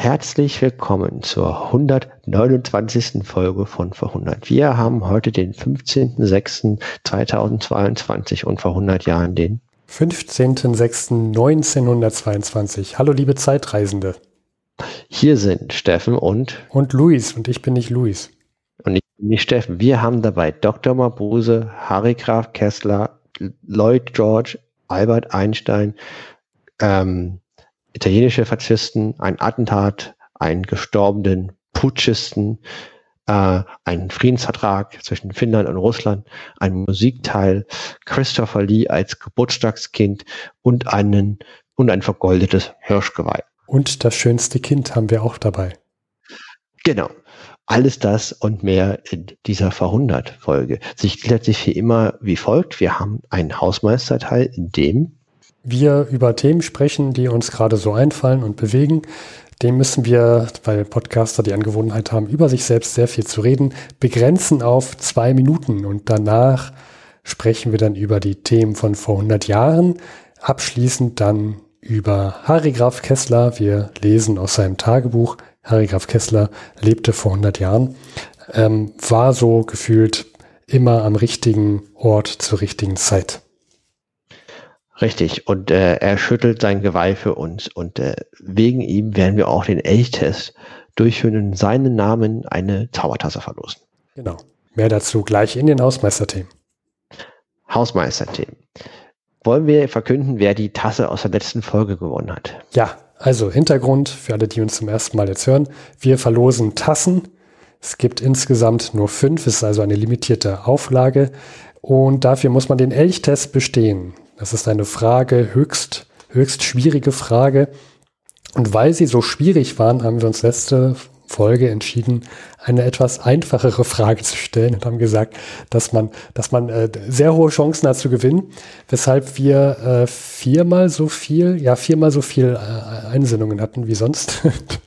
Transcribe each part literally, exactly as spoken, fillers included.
herzlich willkommen zur hundertneunundzwanzigsten Folge von Vor hundert. Wir haben heute den fünfzehnten sechsten zweitausendzweiundzwanzig und vor hundert Jahren den fünfzehnten sechsten neunzehnhundertzweiundzwanzig. Hallo liebe Zeitreisende. Hier sind Steffen und... Und Luis, und ich bin nicht Luis. Und ich bin nicht Steffen. Wir haben dabei Doktor Mabuse, Harry Graf Kessler, Lloyd George, Albert Einstein, ähm, italienische Faschisten, ein Attentat, einen gestorbenen Putschisten, äh, einen Friedensvertrag zwischen Finnland und Russland, einen Musikteil, Christopher Lee als Geburtstagskind und einen und ein vergoldetes Hirschgeweih. Und das schönste Kind haben wir auch dabei. Genau. Alles das und mehr in dieser Vor hundert Folge. Sich gliedert sich wie immer wie folgt. Wir haben einen Hausmeisterteil, in dem wir über Themen sprechen, die uns gerade so einfallen und bewegen. Dem müssen wir, weil Podcaster die Angewohnheit haben, über sich selbst sehr viel zu reden, begrenzen auf zwei Minuten. Und danach sprechen wir dann über die Themen von vor hundert Jahren. Abschließend dann über Harry Graf Kessler. Wir lesen aus seinem Tagebuch. Harry Graf Kessler lebte vor hundert Jahren, ähm, war so gefühlt immer am richtigen Ort zur richtigen Zeit. Richtig, und äh, er schüttelt sein Geweih für uns und äh, wegen ihm werden wir auch den Elchtest durchführen und in seinen Namen eine Zaubertasse verlosen. Genau, mehr dazu gleich in den Hausmeisterthemen. Hausmeisterthemen. Wollen wir verkünden, wer die Tasse aus der letzten Folge gewonnen hat? Ja, also Hintergrund für alle, die uns zum ersten Mal jetzt hören. Wir verlosen Tassen. Es gibt insgesamt nur fünf, es ist also eine limitierte Auflage und dafür muss man den Elchtest bestehen. Das ist eine Frage, höchst, höchst schwierige Frage. Und weil sie so schwierig waren, haben wir uns letzte Folge entschieden, eine etwas einfachere Frage zu stellen und haben gesagt, dass man, dass man äh, sehr hohe Chancen hat zu gewinnen, weshalb wir äh, viermal so viel, ja viermal so viel äh, Einsendungen hatten wie sonst.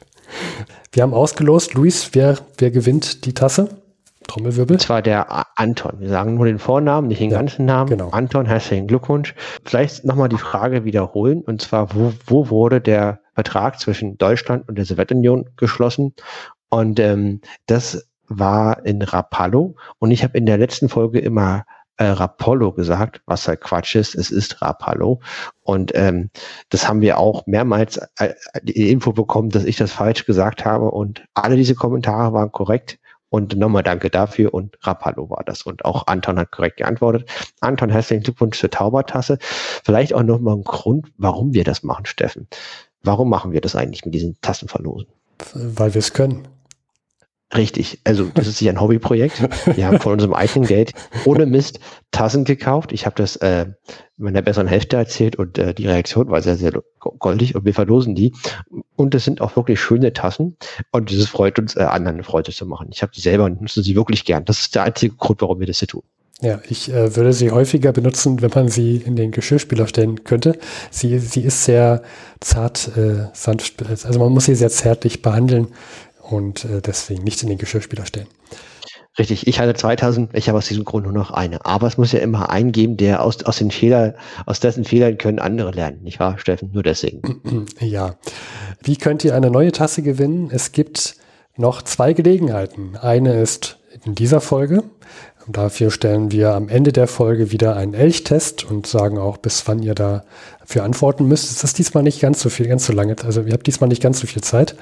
Wir haben ausgelost, Luis, wer, wer gewinnt die Tasse? Trommelwirbel. Und zwar der Anton. Wir sagen nur den Vornamen, nicht den ja, ganzen Namen. Genau. Anton, herzlichen Glückwunsch. Vielleicht nochmal die Frage wiederholen. Und zwar, wo, wo wurde der Vertrag zwischen Deutschland und der Sowjetunion geschlossen? Und ähm, das war in Rapallo. Und ich habe in der letzten Folge immer äh, Rapallo gesagt, was halt Quatsch ist. Es ist Rapallo. Und ähm, das haben wir auch mehrmals äh, die Info bekommen, dass ich das falsch gesagt habe. Und alle diese Kommentare waren korrekt. Und nochmal danke dafür und Rapallo war das. Und auch Anton hat korrekt geantwortet. Anton, herzlichen Glückwunsch zur Taubertasse. Vielleicht auch nochmal ein Grund, warum wir das machen, Steffen. Warum machen wir das eigentlich mit diesen Tassenverlosen? Weil wir es können. Richtig, also das ist ja ein Hobbyprojekt. Wir haben von unserem eigenen Geld ohne Mist Tassen gekauft. Ich habe das äh, meiner besseren Hälfte erzählt und äh, die Reaktion war sehr, sehr goldig und wir verlosen die. Und es sind auch wirklich schöne Tassen und es freut uns, äh, anderen eine Freude zu machen. Ich habe die selber und nutze sie wirklich gern. Das ist der einzige Grund, warum wir das hier tun. Ja, ich äh, würde sie häufiger benutzen, wenn man sie in den Geschirrspüler stellen könnte. Sie, sie ist sehr zart, äh, sanft, also man muss sie sehr zärtlich behandeln. Und äh, deswegen nicht in den Geschirrspüler stellen. Richtig, ich hatte zweitausend, ich habe aus diesem Grund nur noch eine. Aber es muss ja immer einen geben, der aus, aus den Fehlern, aus dessen Fehlern können andere lernen, nicht wahr, Steffen? Nur deswegen. Ja. Wie könnt ihr eine neue Tasse gewinnen? Es gibt noch zwei Gelegenheiten. Eine ist in dieser Folge. Und dafür stellen wir am Ende der Folge wieder einen Elchtest und sagen auch, bis wann ihr dafür antworten müsst. Es ist diesmal nicht ganz so viel, ganz so lange. Also ihr habt diesmal nicht ganz so viel Zeit.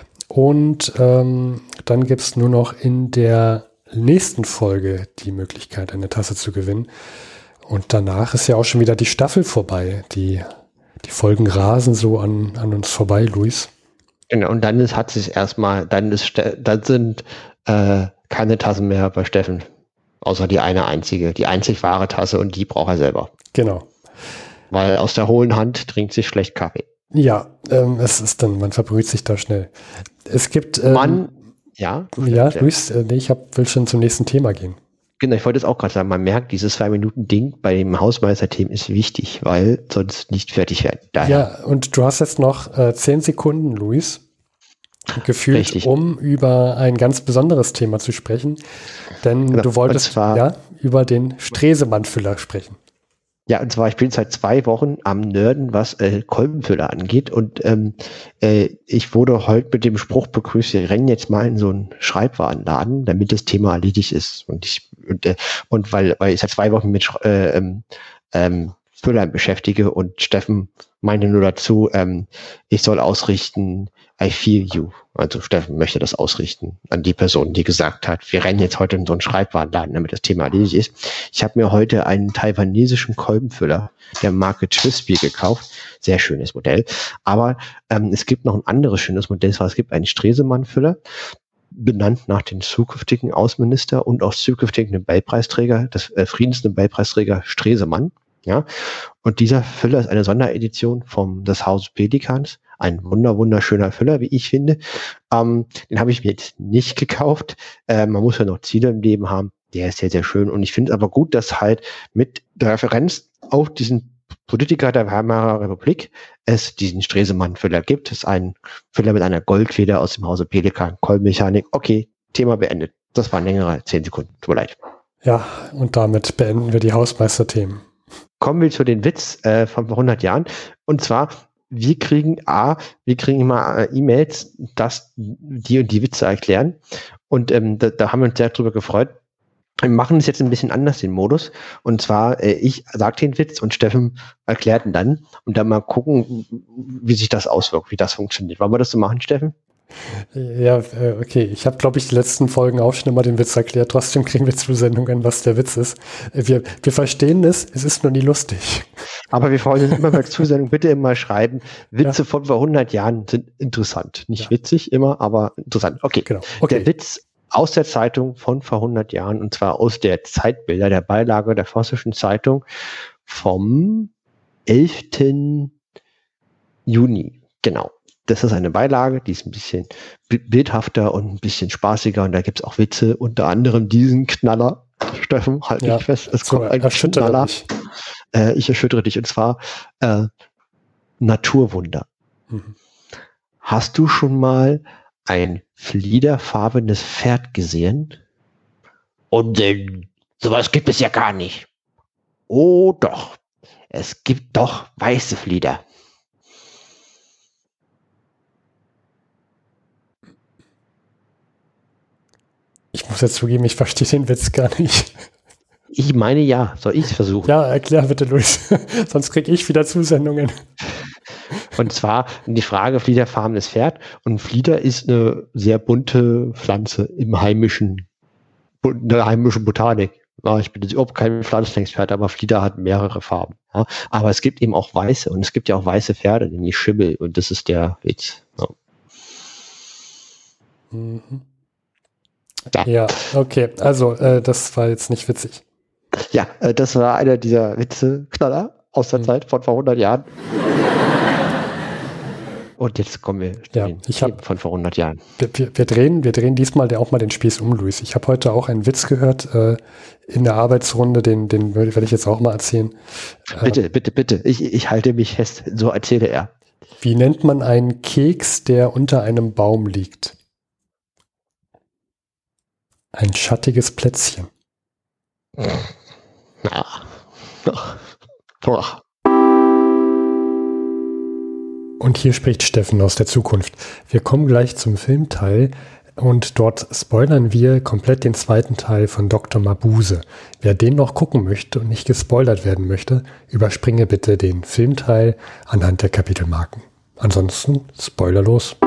Und ähm, dann gibt es nur noch in der nächsten Folge die Möglichkeit, eine Tasse zu gewinnen. Und danach ist ja auch schon wieder die Staffel vorbei. Die, die Folgen rasen so an, an uns vorbei, Luis. Genau, und dann ist, hat sich erstmal, dann ist, dann sind äh, keine Tassen mehr bei Steffen. Außer die eine einzige, die einzig wahre Tasse und die braucht er selber. Genau. Weil aus der hohlen Hand trinkt sich schlecht Kaffee. Ja, ähm, es ist dann, man verbrüht sich da schnell. Es gibt. Ähm, man, ja. Ja, Luis, äh, nee, ich hab, will schon zum nächsten Thema gehen. Genau, ich wollte es auch gerade sagen, man merkt, dieses Zwei-Minuten-Ding bei dem Hausmeister-Thema ist wichtig, weil sonst nicht fertig werden. Daher. Ja, und du hast jetzt noch äh, zehn Sekunden, Luis, gefühlt, Richtig. Um über ein ganz besonderes Thema zu sprechen. Denn genau. du wolltest zwar, ja über den Stresemann-Füller sprechen. Ja, und zwar, ich bin seit zwei Wochen am Nerden, was äh, Kolbenfüller angeht. Und ähm, äh, ich wurde heute mit dem Spruch begrüßt, wir rennen jetzt mal in so einen Schreibwarenladen, damit das Thema erledigt ist. Und ich und, äh, und weil, weil ich seit zwei Wochen mit äh, ähm, ähm, Füllern beschäftige und Steffen meinte nur dazu, ähm, ich soll ausrichten, I feel you. Also Steffen möchte das ausrichten an die Person, die gesagt hat, wir rennen jetzt heute in so einen Schreibwarenladen, damit das Thema erledigt ist. Ich habe mir heute einen taiwanesischen Kolbenfüller der Marke Twisby gekauft. Sehr schönes Modell. Aber ähm, es gibt noch ein anderes schönes Modell. Es gibt einen Stresemann-Füller, benannt nach dem zukünftigen Außenminister und auch zukünftigen Nobelpreisträger, des äh, Friedensnobelpreisträger Stresemann. Ja, und dieser Füller ist eine Sonderedition vom des Hauses Pelikans. Ein wunder, wunderschöner Füller, wie ich finde. Ähm, den habe ich mir jetzt nicht gekauft. Äh, man muss ja noch Ziele im Leben haben. Der ist sehr, sehr schön. Und ich finde es aber gut, dass halt mit der Referenz auf diesen Politiker der Weimarer Republik es diesen Stresemann-Füller gibt. Es ist ein Füller mit einer Goldfeder aus dem Hause Pelikan, Kolbenmechanik. Okay, Thema beendet. Das waren längere zehn Sekunden. Tut mir leid. Ja, und damit beenden wir die Hausmeister-Themen. Kommen wir zu den Witz äh, von vor hundert Jahren. Und zwar, wir kriegen A, wir kriegen immer äh, E-Mails, dass die und die Witze erklären. Und ähm, da, da haben wir uns sehr drüber gefreut. Wir machen es jetzt ein bisschen anders, den Modus. Und zwar, äh, ich sage den Witz und Steffen erklärt ihn dann. Und dann mal gucken, wie sich das auswirkt, wie das funktioniert. Wollen wir das so machen, Steffen? Ja, okay. Ich habe, glaube ich, die letzten Folgen auch schon immer den Witz erklärt. Trotzdem kriegen wir Zusendungen, was der Witz ist. Wir, wir verstehen es, es ist nur nie lustig. Aber wir freuen uns immer bei Zusendungen. Bitte immer schreiben. Witze ja. von vor hundert Jahren sind interessant. Nicht ja. witzig immer, aber interessant. Okay. Genau. Okay. Der Witz aus der Zeitung von vor hundert Jahren, und zwar aus der Zeitbilder, der Beilage der Vossischen Zeitung vom elften Juni. Genau. Das ist eine Beilage, die ist ein bisschen bildhafter und ein bisschen spaßiger, und da gibt es auch Witze, unter anderem diesen Knaller. Steffen, halt dich ja, fest, es kommt ein Knaller. Dich. Äh, ich erschüttere dich, und zwar äh, Naturwunder. Mhm. Hast du schon mal ein fliederfarbenes Pferd gesehen? Und äh, sowas gibt es ja gar nicht. Oh doch, es gibt doch weiße Flieder. Ich muss jetzt zugeben, ich verstehe den Witz gar nicht. Ich meine ja, soll ich es versuchen? Ja, erklär bitte, Luis. Sonst kriege ich wieder Zusendungen. Und zwar die Frage, fliederfarbenes Pferd. Und Flieder ist eine sehr bunte Pflanze im heimischen, in der heimischen Botanik. Ja, ich bin jetzt überhaupt kein Pflanzenexperte, aber Flieder hat mehrere Farben. Ja. Aber es gibt eben auch weiße, und es gibt ja auch weiße Pferde, nämlich Schimmel. Und das ist der Witz. Ja. Mhm. Ja. ja, okay. Also, äh, das war jetzt nicht witzig. Ja, äh, das war einer dieser Witze-Knaller aus der mhm. Zeit von vor hundert Jahren. Und jetzt kommen wir ja, ich hab, von vor hundert Jahren. Wir, wir, wir, drehen, wir drehen diesmal auch mal den Spieß um, Luis. Ich habe heute auch einen Witz gehört äh, in der Arbeitsrunde, den, den werde ich jetzt auch mal erzählen. Bitte, äh, bitte, bitte. Ich, ich halte mich fest. So erzähle er. Wie nennt man einen Keks, der unter einem Baum liegt? Ein schattiges Plätzchen. Und hier spricht Steffen aus der Zukunft. Wir kommen gleich zum Filmteil und dort spoilern wir komplett den zweiten Teil von Doktor Mabuse. Wer den noch gucken möchte und nicht gespoilert werden möchte, überspringe bitte den Filmteil anhand der Kapitelmarken. Ansonsten spoilerlos.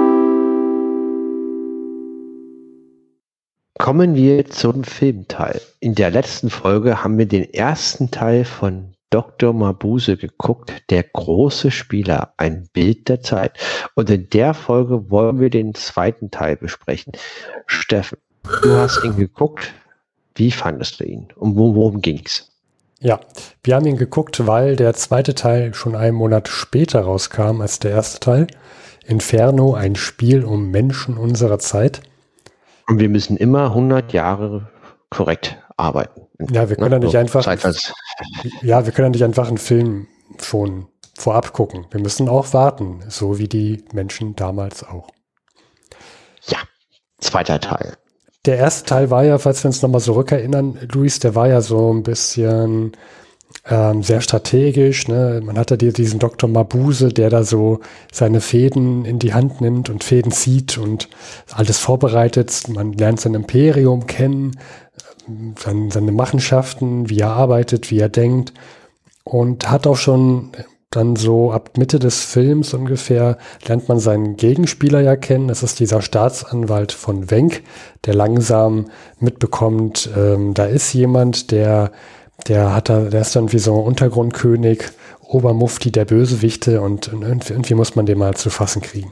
Kommen wir zum Filmteil. In der letzten Folge haben wir den ersten Teil von Doktor Mabuse geguckt, der große Spieler, ein Bild der Zeit. Und in der Folge wollen wir den zweiten Teil besprechen. Steffen, du hast ihn geguckt. Wie fandest du ihn? Und worum ging's? Ja, wir haben ihn geguckt, weil der zweite Teil schon einen Monat später rauskam als der erste Teil. Inferno, ein Spiel um Menschen unserer Zeit. Und wir müssen immer hundert Jahre korrekt arbeiten. Ja, wir können ja nicht so einfach, ja, wir können ja nicht einfach einen Film schon vorab gucken. Wir müssen auch warten, so wie die Menschen damals auch. Ja, zweiter Teil. Der erste Teil war ja, falls wir uns nochmal zurückerinnern, Luis, der war ja so ein bisschen ähm, sehr strategisch. Ne? Man hat da diesen Doktor Mabuse, der da so seine Fäden in die Hand nimmt und Fäden zieht und alles vorbereitet. Man lernt sein Imperium kennen, seine, seine Machenschaften, wie er arbeitet, wie er denkt und hat auch schon dann so ab Mitte des Films ungefähr lernt man seinen Gegenspieler ja kennen. Das ist dieser Staatsanwalt von Wenk, der langsam mitbekommt, ähm, da ist jemand, der, der hat da, der ist dann wie so ein Untergrundkönig, Obermufti der Bösewichte und, und irgendwie, irgendwie muss man den mal zu fassen kriegen.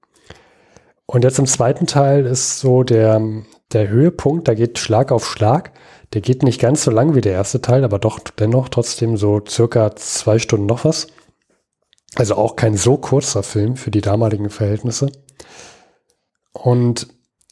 Und jetzt im zweiten Teil ist so der, der Höhepunkt, da geht Schlag auf Schlag. Der geht nicht ganz so lang wie der erste Teil, aber doch dennoch trotzdem so circa zwei Stunden noch was. Also auch kein so kurzer Film für die damaligen Verhältnisse. Und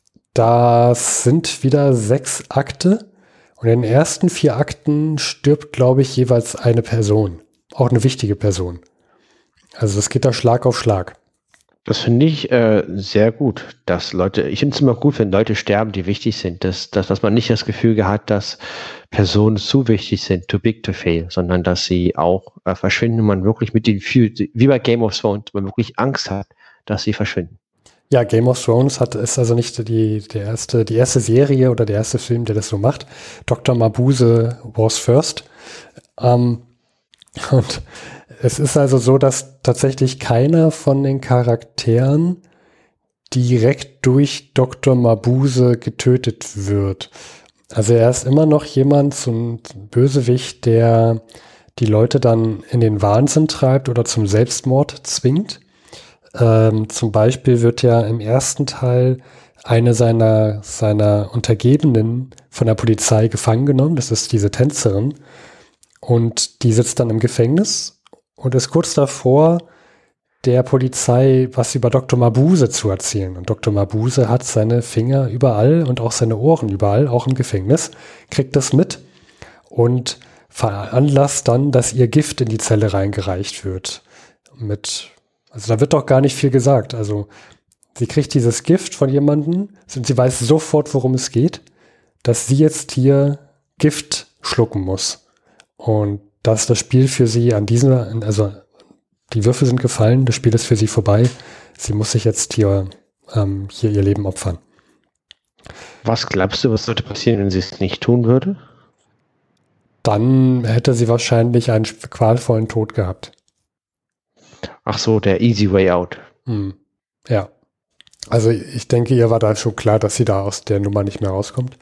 das sind wieder sechs Akte. Und in den ersten vier Akten stirbt, glaube ich, jeweils eine Person. Auch eine wichtige Person. Also es geht da Schlag auf Schlag. Das finde ich äh, sehr gut, dass Leute, ich finde es immer gut, wenn Leute sterben, die wichtig sind, dass, dass, dass man nicht das Gefühl hat, dass Personen zu wichtig sind, too big to fail, sondern dass sie auch äh, verschwinden und man wirklich mit denen fühlt, wie bei Game of Thrones, man wirklich Angst hat, dass sie verschwinden. Ja, Game of Thrones hat, ist also nicht die, die, erste, die erste Serie oder der erste Film, der das so macht. Doktor Mabuse was first. Ähm, und es ist also so, dass tatsächlich keiner von den Charakteren direkt durch Doktor Mabuse getötet wird. Also er ist immer noch jemand, so ein Bösewicht, der die Leute dann in den Wahnsinn treibt oder zum Selbstmord zwingt. Ähm, zum Beispiel wird ja im ersten Teil eine seiner, seiner Untergebenen von der Polizei gefangen genommen. Das ist diese Tänzerin. Und die sitzt dann im Gefängnis und ist kurz davor, der Polizei was über Doktor Mabuse zu erzählen. Und Doktor Mabuse hat seine Finger überall und auch seine Ohren überall, auch im Gefängnis, kriegt das mit und veranlasst dann, dass ihr Gift in die Zelle reingereicht wird. Mit, also da wird doch gar nicht viel gesagt. Also sie kriegt dieses Gift von jemandem und sie weiß sofort, worum es geht, dass sie jetzt hier Gift schlucken muss. Und das ist das Spiel für sie an diesem, also die Würfel sind gefallen, das Spiel ist für sie vorbei. Sie muss sich jetzt hier, ähm, hier ihr Leben opfern. Was glaubst du, was sollte passieren, wenn sie es nicht tun würde? Dann hätte sie wahrscheinlich einen qualvollen Tod gehabt. Ach so, der easy way out. Hm. Ja. Also ich denke, ihr war da schon klar, dass sie da aus der Nummer nicht mehr rauskommt.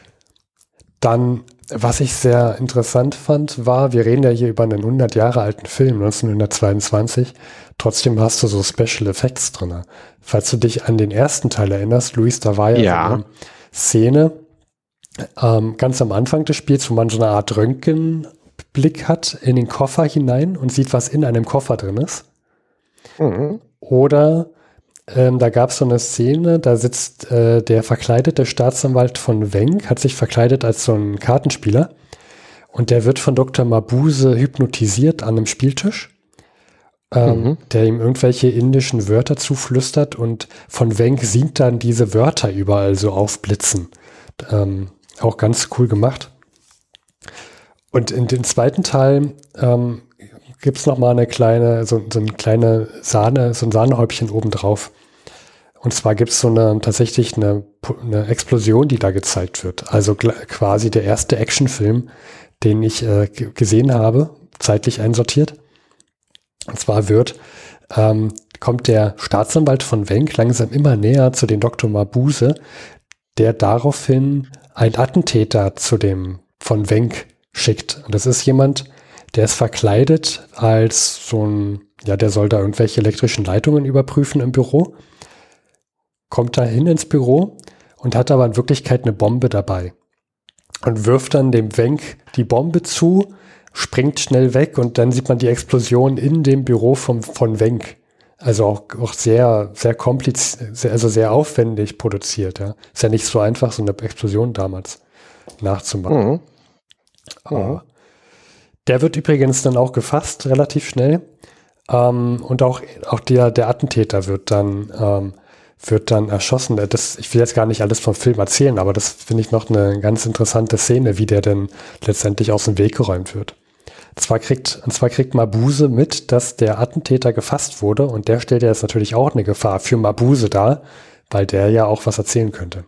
Dann, was ich sehr interessant fand, war, wir reden ja hier über einen hundert Jahre alten Film, neunzehnhundertzweiundzwanzig. Trotzdem hast du so Special Effects drin. Falls du dich an den ersten Teil erinnerst, Luis, da war ja, ja. so eine Szene ähm, ganz am Anfang des Spiels, wo man so eine Art Röntgenblick hat in den Koffer hinein und sieht, was in einem Koffer drin ist. Mhm. Oder Ähm, da gab es so eine Szene, da sitzt äh, der verkleidete Staatsanwalt von Wenk, hat sich verkleidet als so ein Kartenspieler und der wird von Doktor Mabuse hypnotisiert an einem Spieltisch, ähm, mhm. der ihm irgendwelche indischen Wörter zuflüstert und von Wenk sieht dann diese Wörter überall so aufblitzen. Ähm, auch ganz cool gemacht. Und in dem zweiten Teil ähm, gibt es nochmal eine kleine, so, so eine kleine Sahne, so ein Sahnehäubchen obendrauf. Und zwar gibt es so eine, tatsächlich eine, eine Explosion, die da gezeigt wird. Also quasi der erste Actionfilm, den ich äh, gesehen habe, zeitlich einsortiert. Und zwar wird, ähm, kommt der Staatsanwalt von Wenk langsam immer näher zu den Doktor Mabuse, der daraufhin einen Attentäter zu dem von Wenk schickt. Und das ist jemand, der ist verkleidet als so ein, ja, der soll da irgendwelche elektrischen Leitungen überprüfen im Büro, kommt da hin ins Büro und hat aber in Wirklichkeit eine Bombe dabei und wirft dann dem Wenk die Bombe zu, springt schnell weg und dann sieht man die Explosion in dem Büro vom, von Wenk. Also auch, auch sehr, sehr kompliziert, also sehr aufwendig produziert. Ja. Ist ja nicht so einfach, so eine Explosion damals nachzumachen. Mhm. Aber der wird übrigens dann auch gefasst, relativ schnell. Ähm, und auch, auch der, der Attentäter wird dann, ähm, wird dann erschossen. Das, ich will jetzt gar nicht alles vom Film erzählen, aber das finde ich noch eine ganz interessante Szene, wie der denn letztendlich aus dem Weg geräumt wird. Zwar kriegt, und zwar kriegt Mabuse mit, dass der Attentäter gefasst wurde und der stellt ja jetzt natürlich auch eine Gefahr für Mabuse dar, weil der ja auch was erzählen könnte.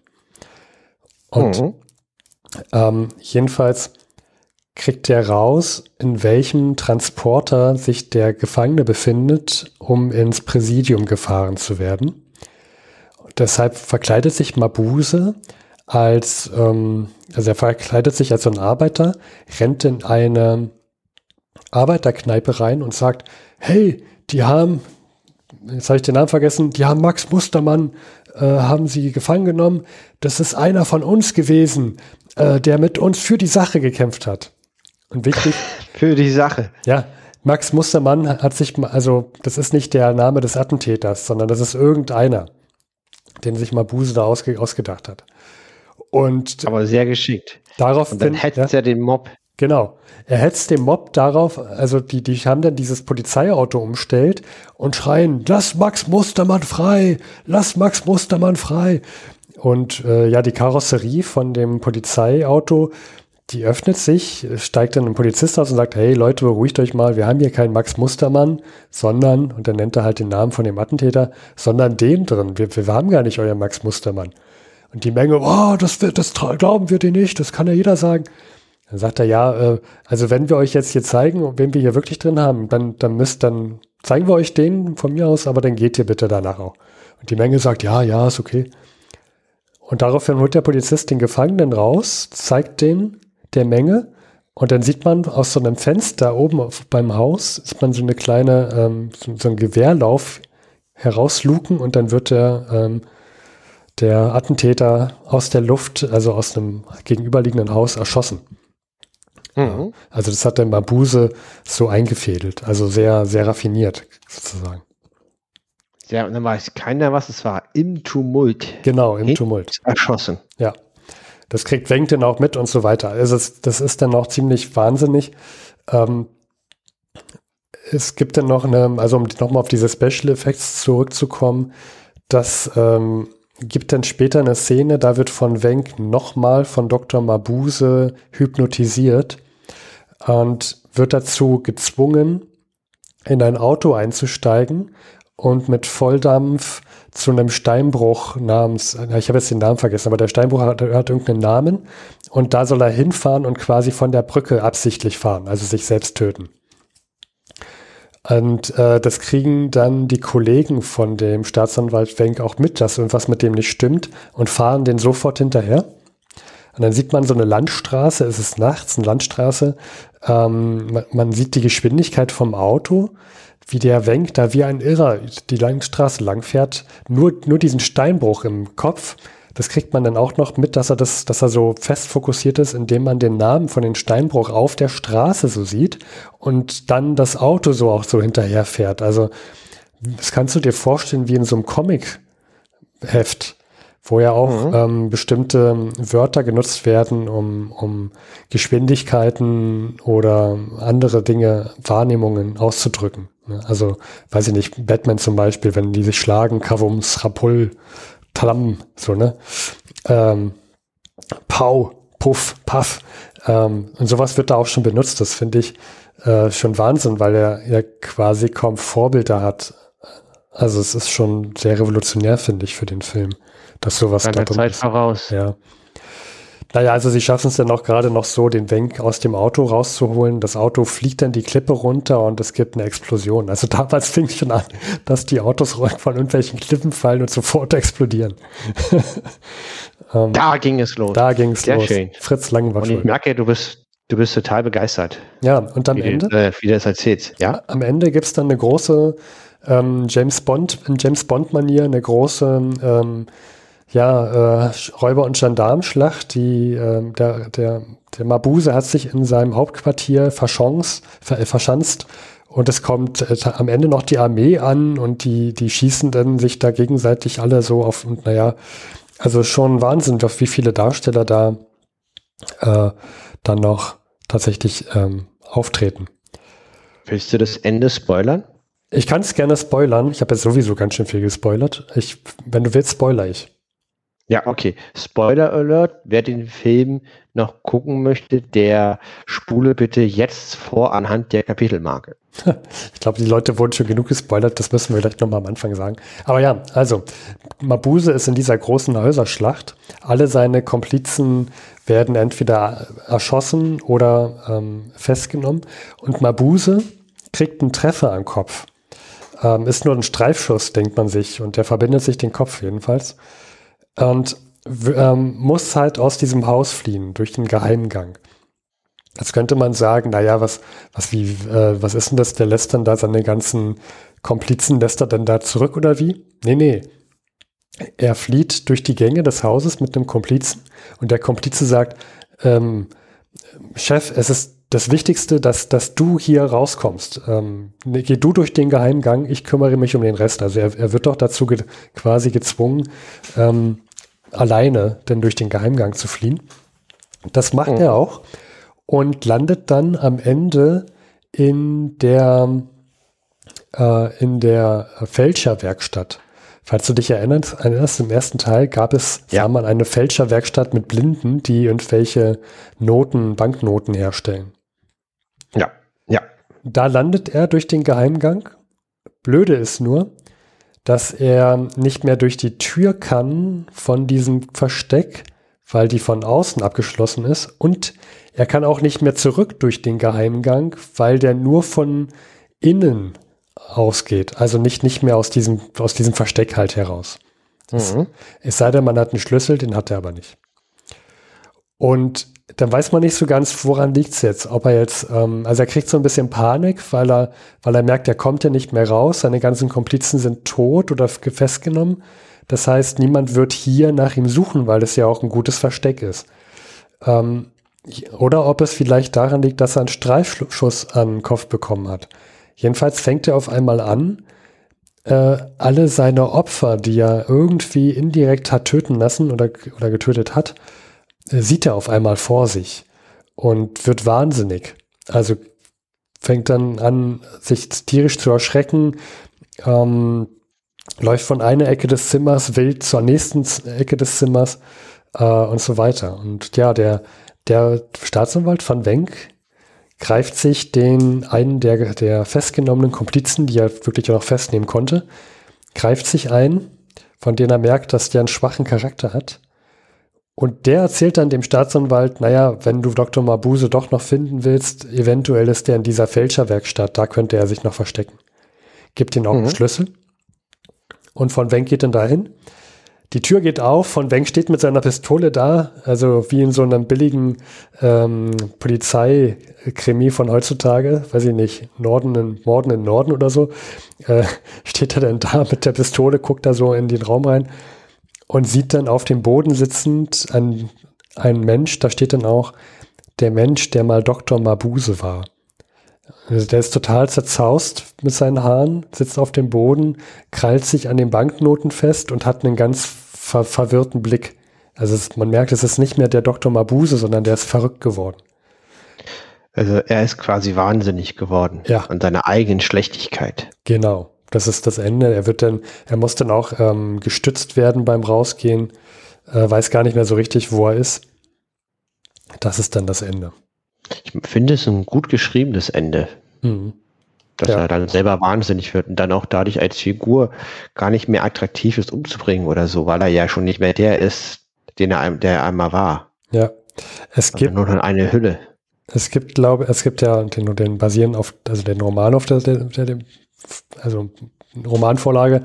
Und mhm. ähm, jedenfalls kriegt der raus, in welchem Transporter sich der Gefangene befindet, um ins Präsidium gefahren zu werden. Und deshalb verkleidet sich Mabuse als, ähm, also er verkleidet sich als so ein Arbeiter, rennt in eine Arbeiterkneipe rein und sagt, hey, die haben, jetzt habe ich den Namen vergessen, die haben Max Mustermann, äh, haben sie gefangen genommen. Das ist einer von uns gewesen, äh, der mit uns für die Sache gekämpft hat. Und wichtig. Für die Sache. Ja, Max Mustermann hat sich, also das ist nicht der Name des Attentäters, sondern das ist irgendeiner, den sich Mabuse da ausge, ausgedacht hat. Und aber sehr geschickt. Darauf und dann hetzt ja, er den Mob. Genau. Er hetzt den Mob darauf, also die, die haben dann dieses Polizeiauto umstellt und schreien, lass Max Mustermann frei, lass Max Mustermann frei. Und äh, ja, die Karosserie von dem Polizeiauto, die öffnet sich, steigt dann ein Polizist aus und sagt, hey Leute, beruhigt euch mal, wir haben hier keinen Max Mustermann, sondern, und dann nennt er halt den Namen von dem Attentäter, sondern den drin. Wir, wir haben gar nicht euer Max Mustermann. Und die Menge, oh, das, das glauben wir dir nicht, das kann ja jeder sagen. Dann sagt er, ja, äh, also wenn wir euch jetzt hier zeigen, wen wir hier wirklich drin haben, dann, dann müsst, dann zeigen wir euch den von mir aus, aber dann geht ihr bitte danach auch. Und die Menge sagt, ja, ja, ist okay. Und daraufhin holt der Polizist den Gefangenen raus, zeigt den der Menge und dann sieht man aus so einem Fenster oben auf, beim Haus, ist man so eine kleine, ähm, so, so ein Gewehrlauf herausluken und dann wird der, ähm, der Attentäter aus der Luft, also aus einem gegenüberliegenden Haus erschossen. Mhm. Also das hat der Mabuse so eingefädelt, also sehr, sehr raffiniert sozusagen. Ja, und dann weiß keiner, was es war. Im Tumult. Genau, im Tumult. Erschossen. Ja. Das kriegt Wenk dann auch mit und so weiter. Also es, das ist dann auch ziemlich wahnsinnig. Ähm, es gibt dann noch eine, also um nochmal auf diese Special Effects zurückzukommen, das ähm, gibt dann später eine Szene, da wird von Wenk nochmal von Doktor Mabuse hypnotisiert und wird dazu gezwungen, in ein Auto einzusteigen und mit Volldampf zu einem Steinbruch namens, ich habe jetzt den Namen vergessen, aber der Steinbruch hat, hat irgendeinen Namen und da soll er hinfahren und quasi von der Brücke absichtlich fahren, also sich selbst töten. Und äh, das kriegen dann die Kollegen von dem Staatsanwalt Wenk auch mit, dass irgendwas mit dem nicht stimmt und fahren den sofort hinterher. Und dann sieht man so eine Landstraße, es ist nachts, eine Landstraße, ähm, man, man sieht die Geschwindigkeit vom Auto, wie der Wenk da wie ein Irrer die Landstraße langfährt, nur, nur diesen Steinbruch im Kopf, das kriegt man dann auch noch mit, dass er das, dass er so fest fokussiert ist, indem man den Namen von dem Steinbruch auf der Straße so sieht und dann das Auto so auch so hinterher fährt. Also das kannst du dir vorstellen wie in so einem Comic-Heft, wo ja auch mhm. ähm, bestimmte Wörter genutzt werden, um, um Geschwindigkeiten oder andere Dinge, Wahrnehmungen auszudrücken. Also, weiß ich nicht, Batman zum Beispiel, wenn die sich schlagen, Kavums, Rapul, Talam, so, ne? Ähm, Pau, Puff, Paff. Ähm, und sowas wird da auch schon benutzt. Das finde ich äh, schon Wahnsinn, weil er ja quasi kaum Vorbilder hat. Also es ist schon sehr revolutionär, finde ich, für den Film, dass sowas da drin Zeit ist. Voraus. Ja. Naja, also sie schaffen es dann auch gerade noch so, den Wenk aus dem Auto rauszuholen. Das Auto fliegt dann die Klippe runter und es gibt eine Explosion. Also damals fing es schon an, dass die Autos von irgendwelchen Klippen fallen und sofort explodieren. ähm, da ging es los. Da ging es Sehr los. Schön. Fritz Lang war Und schuld. ich merke, du bist, du bist total begeistert. Ja, und am wie Ende? Du, äh, wie du das erzählst. Ja? Am Ende gibt es dann eine große ähm, James Bond, in James Bond-Manier, eine große ähm, Ja, äh, Räuber- und Gendarmenschlacht, die, äh, der, der, der Mabuse hat sich in seinem Hauptquartier verschanzt, ver, verschanzt und es kommt äh, am Ende noch die Armee an und die, die schießen dann sich da gegenseitig alle so auf und naja, also schon Wahnsinn, auf wie viele Darsteller da äh, dann noch tatsächlich ähm, auftreten. Willst du das Ende spoilern? Ich kann es gerne spoilern, ich habe jetzt sowieso ganz schön viel gespoilert. Ich, wenn du willst, spoiler ich. Ja, okay. Spoiler Alert. Wer den Film noch gucken möchte, der spule bitte jetzt vor anhand der Kapitelmarke. Ich glaube, die Leute wurden schon genug gespoilert, das müssen wir gleich nochmal am Anfang sagen. Aber ja, also, Mabuse ist in dieser großen Häuserschlacht. Alle seine Komplizen werden entweder erschossen oder ähm, festgenommen. Und Mabuse kriegt einen Treffer am Kopf. Ähm, ist nur ein Streifschuss, denkt man sich. Und der verbindet sich den Kopf jedenfalls. Und ähm, muss halt aus diesem Haus fliehen, durch den Geheimgang. Jetzt könnte man sagen, naja, was, was, wie, äh, was ist denn das? Der lässt dann da seine ganzen Komplizen, lässt er dann da zurück oder wie? Nee, nee. Er flieht durch die Gänge des Hauses mit einem Komplizen und der Komplize sagt, ähm, Chef, es ist das Wichtigste, dass, dass du hier rauskommst. Ähm, geh du durch den Geheimgang, ich kümmere mich um den Rest. Also er, er wird doch dazu ge quasi gezwungen, ähm, alleine denn durch den Geheimgang zu fliehen. Das macht mhm. er auch. Und landet dann am Ende in der, äh, in der Fälscherwerkstatt. Falls du dich erinnerst, erinnerst, im ersten Teil gab es, ja. sah man eine Fälscherwerkstatt mit Blinden, die irgendwelche Noten, Banknoten herstellen. Ja, ja. Da landet er durch den Geheimgang. Blöde ist nur, dass er nicht mehr durch die Tür kann von diesem Versteck, weil die von außen abgeschlossen ist, und er kann auch nicht mehr zurück durch den Geheimgang, weil der nur von innen ausgeht. Also nicht, nicht mehr aus diesem, aus diesem Versteck halt heraus. Das, mhm. Es sei denn, man hat einen Schlüssel, den hat er aber nicht. Und dann weiß man nicht so ganz, woran liegt es jetzt. Ob er jetzt, ähm, also er kriegt so ein bisschen Panik, weil er, weil er merkt, er kommt ja nicht mehr raus. Seine ganzen Komplizen sind tot oder festgenommen. Das heißt, niemand wird hier nach ihm suchen, weil es ja auch ein gutes Versteck ist. Ähm, Oder ob es vielleicht daran liegt, dass er einen Streifschuss an den Kopf bekommen hat. Jedenfalls fängt er auf einmal an, äh, alle seine Opfer, die er irgendwie indirekt hat töten lassen oder, oder getötet hat, äh, sieht er auf einmal vor sich und wird wahnsinnig. Also fängt dann an, sich tierisch zu erschrecken, ähm, läuft von einer Ecke des Zimmers wild zur nächsten Ecke des Zimmers äh, und so weiter. Und ja, der Der Staatsanwalt van Wenk greift sich den einen der, der festgenommenen Komplizen, die er wirklich auch noch festnehmen konnte, greift sich ein, von dem er merkt, dass der einen schwachen Charakter hat. Und der erzählt dann dem Staatsanwalt, naja, wenn du Doktor Mabuse doch noch finden willst, eventuell ist der in dieser Fälscherwerkstatt, da könnte er sich noch verstecken. Gibt ihm auch mhm. einen Schlüssel. Und van Wenk geht dann dahin. Die Tür geht auf, von Wenk steht mit seiner Pistole da, also wie in so einem billigen ähm, Polizeikrimi von heutzutage, weiß ich nicht, Norden in, Morden im Norden oder so, äh, steht er dann da mit der Pistole, guckt da so in den Raum rein und sieht dann auf dem Boden sitzend einen, einen Mensch, da steht dann auch der Mensch, der mal Doktor Mabuse war. Also der ist total zerzaust mit seinen Haaren, sitzt auf dem Boden, krallt sich an den Banknoten fest und hat einen ganz ver- verwirrten Blick. Also es, man merkt, es ist nicht mehr der Doktor Mabuse, sondern der ist verrückt geworden. Also er ist quasi wahnsinnig geworden ja. an seiner eigenen Schlechtigkeit. Genau, das ist das Ende. Er wird dann, er muss dann auch ähm, gestützt werden beim Rausgehen, äh, weiß gar nicht mehr so richtig, wo er ist. Das ist dann das Ende. Ich finde es ein gut geschriebenes Ende. Mhm. Dass ja. er dann selber wahnsinnig wird und dann auch dadurch als Figur gar nicht mehr attraktiv ist, umzubringen oder so, weil er ja schon nicht mehr der ist, den er, der er einmal war. Ja, es also gibt nur noch eine Hülle. Es gibt, glaube es gibt ja den, den basieren auf, also den Roman auf der, der, der also Romanvorlage.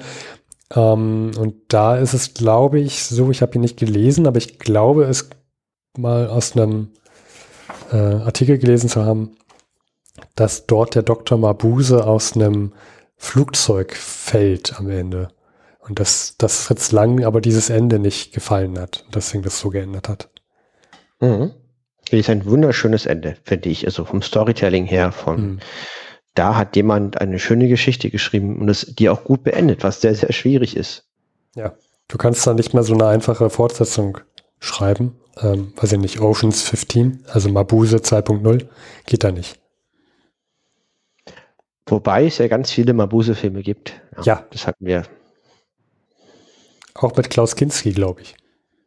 Ähm, und da ist es, glaube ich, so, ich habe ihn nicht gelesen, aber ich glaube, es mal aus einem äh, Artikel gelesen zu haben, dass dort der Doktor Mabuse aus einem Flugzeug fällt am Ende. Und dass, dass Fritz Lang aber dieses Ende nicht gefallen hat. Und deswegen das so geändert hat. Mhm. Das ist ein wunderschönes Ende, finde ich. Also vom Storytelling her, von mhm. da hat jemand eine schöne Geschichte geschrieben und es die auch gut beendet, was sehr, sehr schwierig ist. Ja, du kannst da nicht mehr so eine einfache Fortsetzung schreiben. Ähm, weiß ich nicht, Oceans fünfzehn, also Mabuse zwei Punkt null, geht da nicht. Wobei es ja ganz viele Mabuse-Filme gibt. Ja, ja. Das hatten wir. Auch mit Klaus Kinski, glaube ich.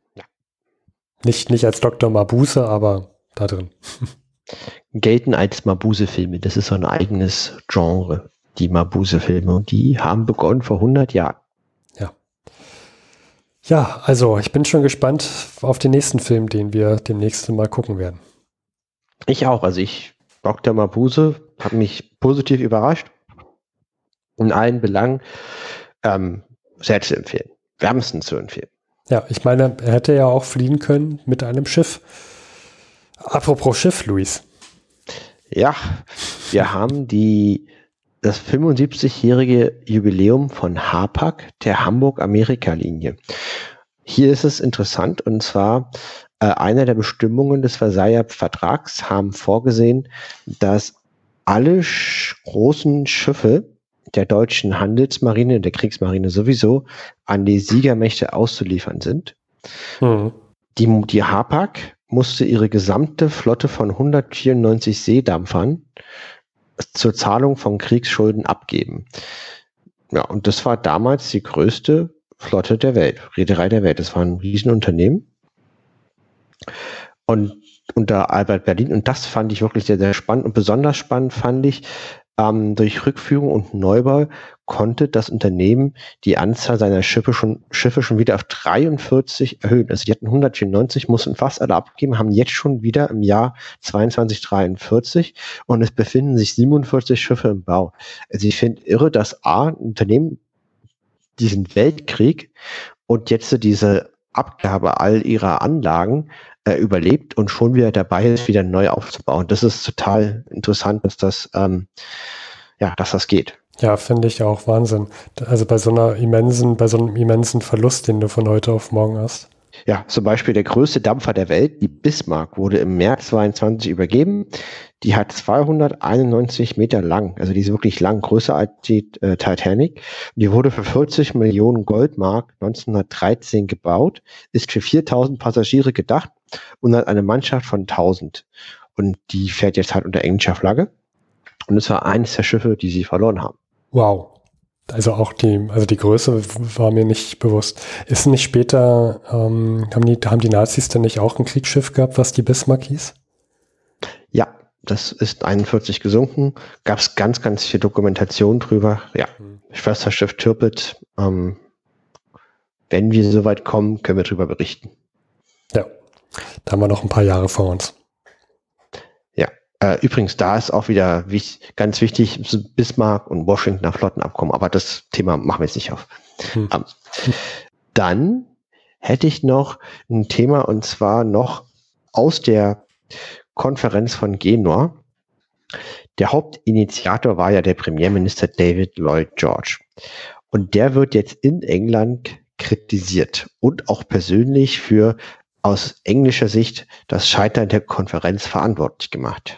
Nicht, nicht als Doktor Mabuse, aber da drin. Gelten als Mabuse-Filme. Das ist so ein eigenes Genre, die Mabuse-Filme. Und die haben begonnen vor hundert Jahren. Ja. Ja, also ich bin schon gespannt auf den nächsten Film, den wir demnächst mal gucken werden. Ich auch. Also ich, Doktor Mabuse, hat mich positiv überrascht. In allen Belangen ähm, sehr zu empfehlen. Wärmstens zu empfehlen. Ja, ich meine, er hätte ja auch fliehen können mit einem Schiff. Apropos Schiff, Luis. Ja, wir haben die, das fünfundsiebzigjährige Jubiläum von Hapag, der Hamburg-Amerika-Linie. Hier ist es interessant, und zwar äh, eine der Bestimmungen des Versailler Vertrags haben vorgesehen, dass alle sch- großen Schiffe der deutschen Handelsmarine, der Kriegsmarine sowieso, an die Siegermächte auszuliefern sind. Mhm. Die, die Hapag musste ihre gesamte Flotte von hundertvierundneunzig Seedampfern zur Zahlung von Kriegsschulden abgeben. Ja, und das war damals die größte Flotte der Welt, Reederei der Welt. Das war ein Riesenunternehmen. Und unter Albert Berlin, und das fand ich wirklich sehr, sehr spannend. Und besonders spannend fand ich, ähm, durch Rückführung und Neubau konnte das Unternehmen die Anzahl seiner Schiffe schon, Schiffe schon wieder auf dreiundvierzig erhöhen. Also die hatten hundertvierundneunzig, mussten fast alle abgeben, haben jetzt schon wieder im Jahr zweiundzwanzig dreiundvierzig und es befinden sich siebenundvierzig Schiffe im Bau. Also ich finde irre, dass A, ein Unternehmen diesen Weltkrieg und jetzt diese Abgabe all ihrer Anlagen äh, überlebt und schon wieder dabei ist, wieder neu aufzubauen. Das ist total interessant, dass das, ähm, ja, dass das geht. Ja, finde ich auch Wahnsinn. Also bei so einer immensen, bei so einem immensen Verlust, den du von heute auf morgen hast. Ja, zum Beispiel der größte Dampfer der Welt, die Bismarck, wurde im März zweiundzwanzig übergeben. Die hat zweihunderteinundneunzig Meter lang, also die ist wirklich lang, größer als die äh, Titanic. Die wurde für vierzig Millionen Goldmark neunzehnhundertdreizehn gebaut, ist für viertausend Passagiere gedacht und hat eine Mannschaft von tausend. Und die fährt jetzt halt unter englischer Flagge. Und es war eines der Schiffe, die sie verloren haben. Wow. Also auch die, also die Größe war mir nicht bewusst. Ist nicht später, ähm, haben die, haben die Nazis denn nicht auch ein Kriegsschiff gehabt, was die Bismarck hieß? Ja, das ist einundvierzig gesunken. Gab es ganz, ganz viel Dokumentation drüber. Ja, hm. Schwesterschiff Tirpitz. Ähm, wenn wir so weit kommen, können wir drüber berichten. Ja, da haben wir noch ein paar Jahre vor uns. Äh, übrigens, da ist auch wieder wich- ganz wichtig, Bismarck und Washingtoner Flottenabkommen, aber das Thema machen wir jetzt nicht auf. Hm. Ähm, dann hätte ich noch ein Thema, und zwar noch aus der Konferenz von Genua. Der Hauptinitiator war ja der Premierminister David Lloyd George. Und der wird jetzt in England kritisiert und auch persönlich für aus englischer Sicht das Scheitern der Konferenz verantwortlich gemacht.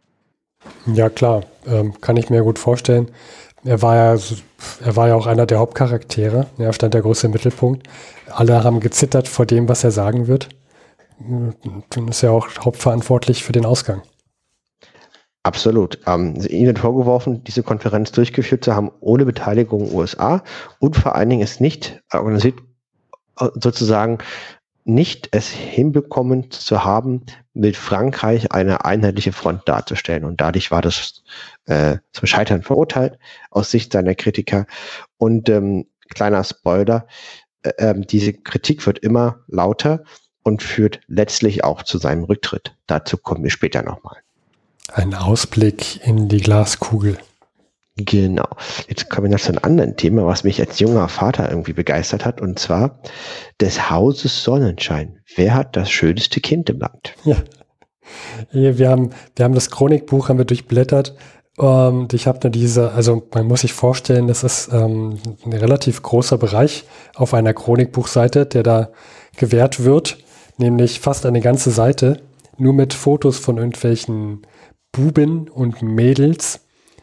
Ja, klar, ähm, kann ich mir gut vorstellen. Er war ja, er war ja auch einer der Hauptcharaktere. Er stand der große Mittelpunkt. Alle haben gezittert vor dem, was er sagen wird. Dann ist er auch hauptverantwortlich für den Ausgang. Absolut. Ähm, ihm wird vorgeworfen, diese Konferenz durchgeführt zu haben ohne Beteiligung der U S A und vor allen Dingen es nicht organisiert, sozusagen nicht es hinbekommen zu haben, mit Frankreich eine einheitliche Front darzustellen. Und dadurch war das äh, zum Scheitern verurteilt aus Sicht seiner Kritiker. Und ähm, kleiner Spoiler, äh, diese Kritik wird immer lauter und führt letztlich auch zu seinem Rücktritt. Dazu kommen wir später nochmal. Ein Ausblick in die Glaskugel. Genau. Jetzt kommen wir noch zu einem anderen Thema, was mich als junger Vater irgendwie begeistert hat, und zwar des Hauses Sonnenschein. Wer hat das schönste Kind im Land? Ja. Wir haben, wir haben das Chronikbuch haben wir durchblättert und ich habe nur diese, also man muss sich vorstellen, das ist ähm, ein relativ großer Bereich auf einer Chronikbuchseite, der da gewährt wird, nämlich fast eine ganze Seite, nur mit Fotos von irgendwelchen Buben und Mädels,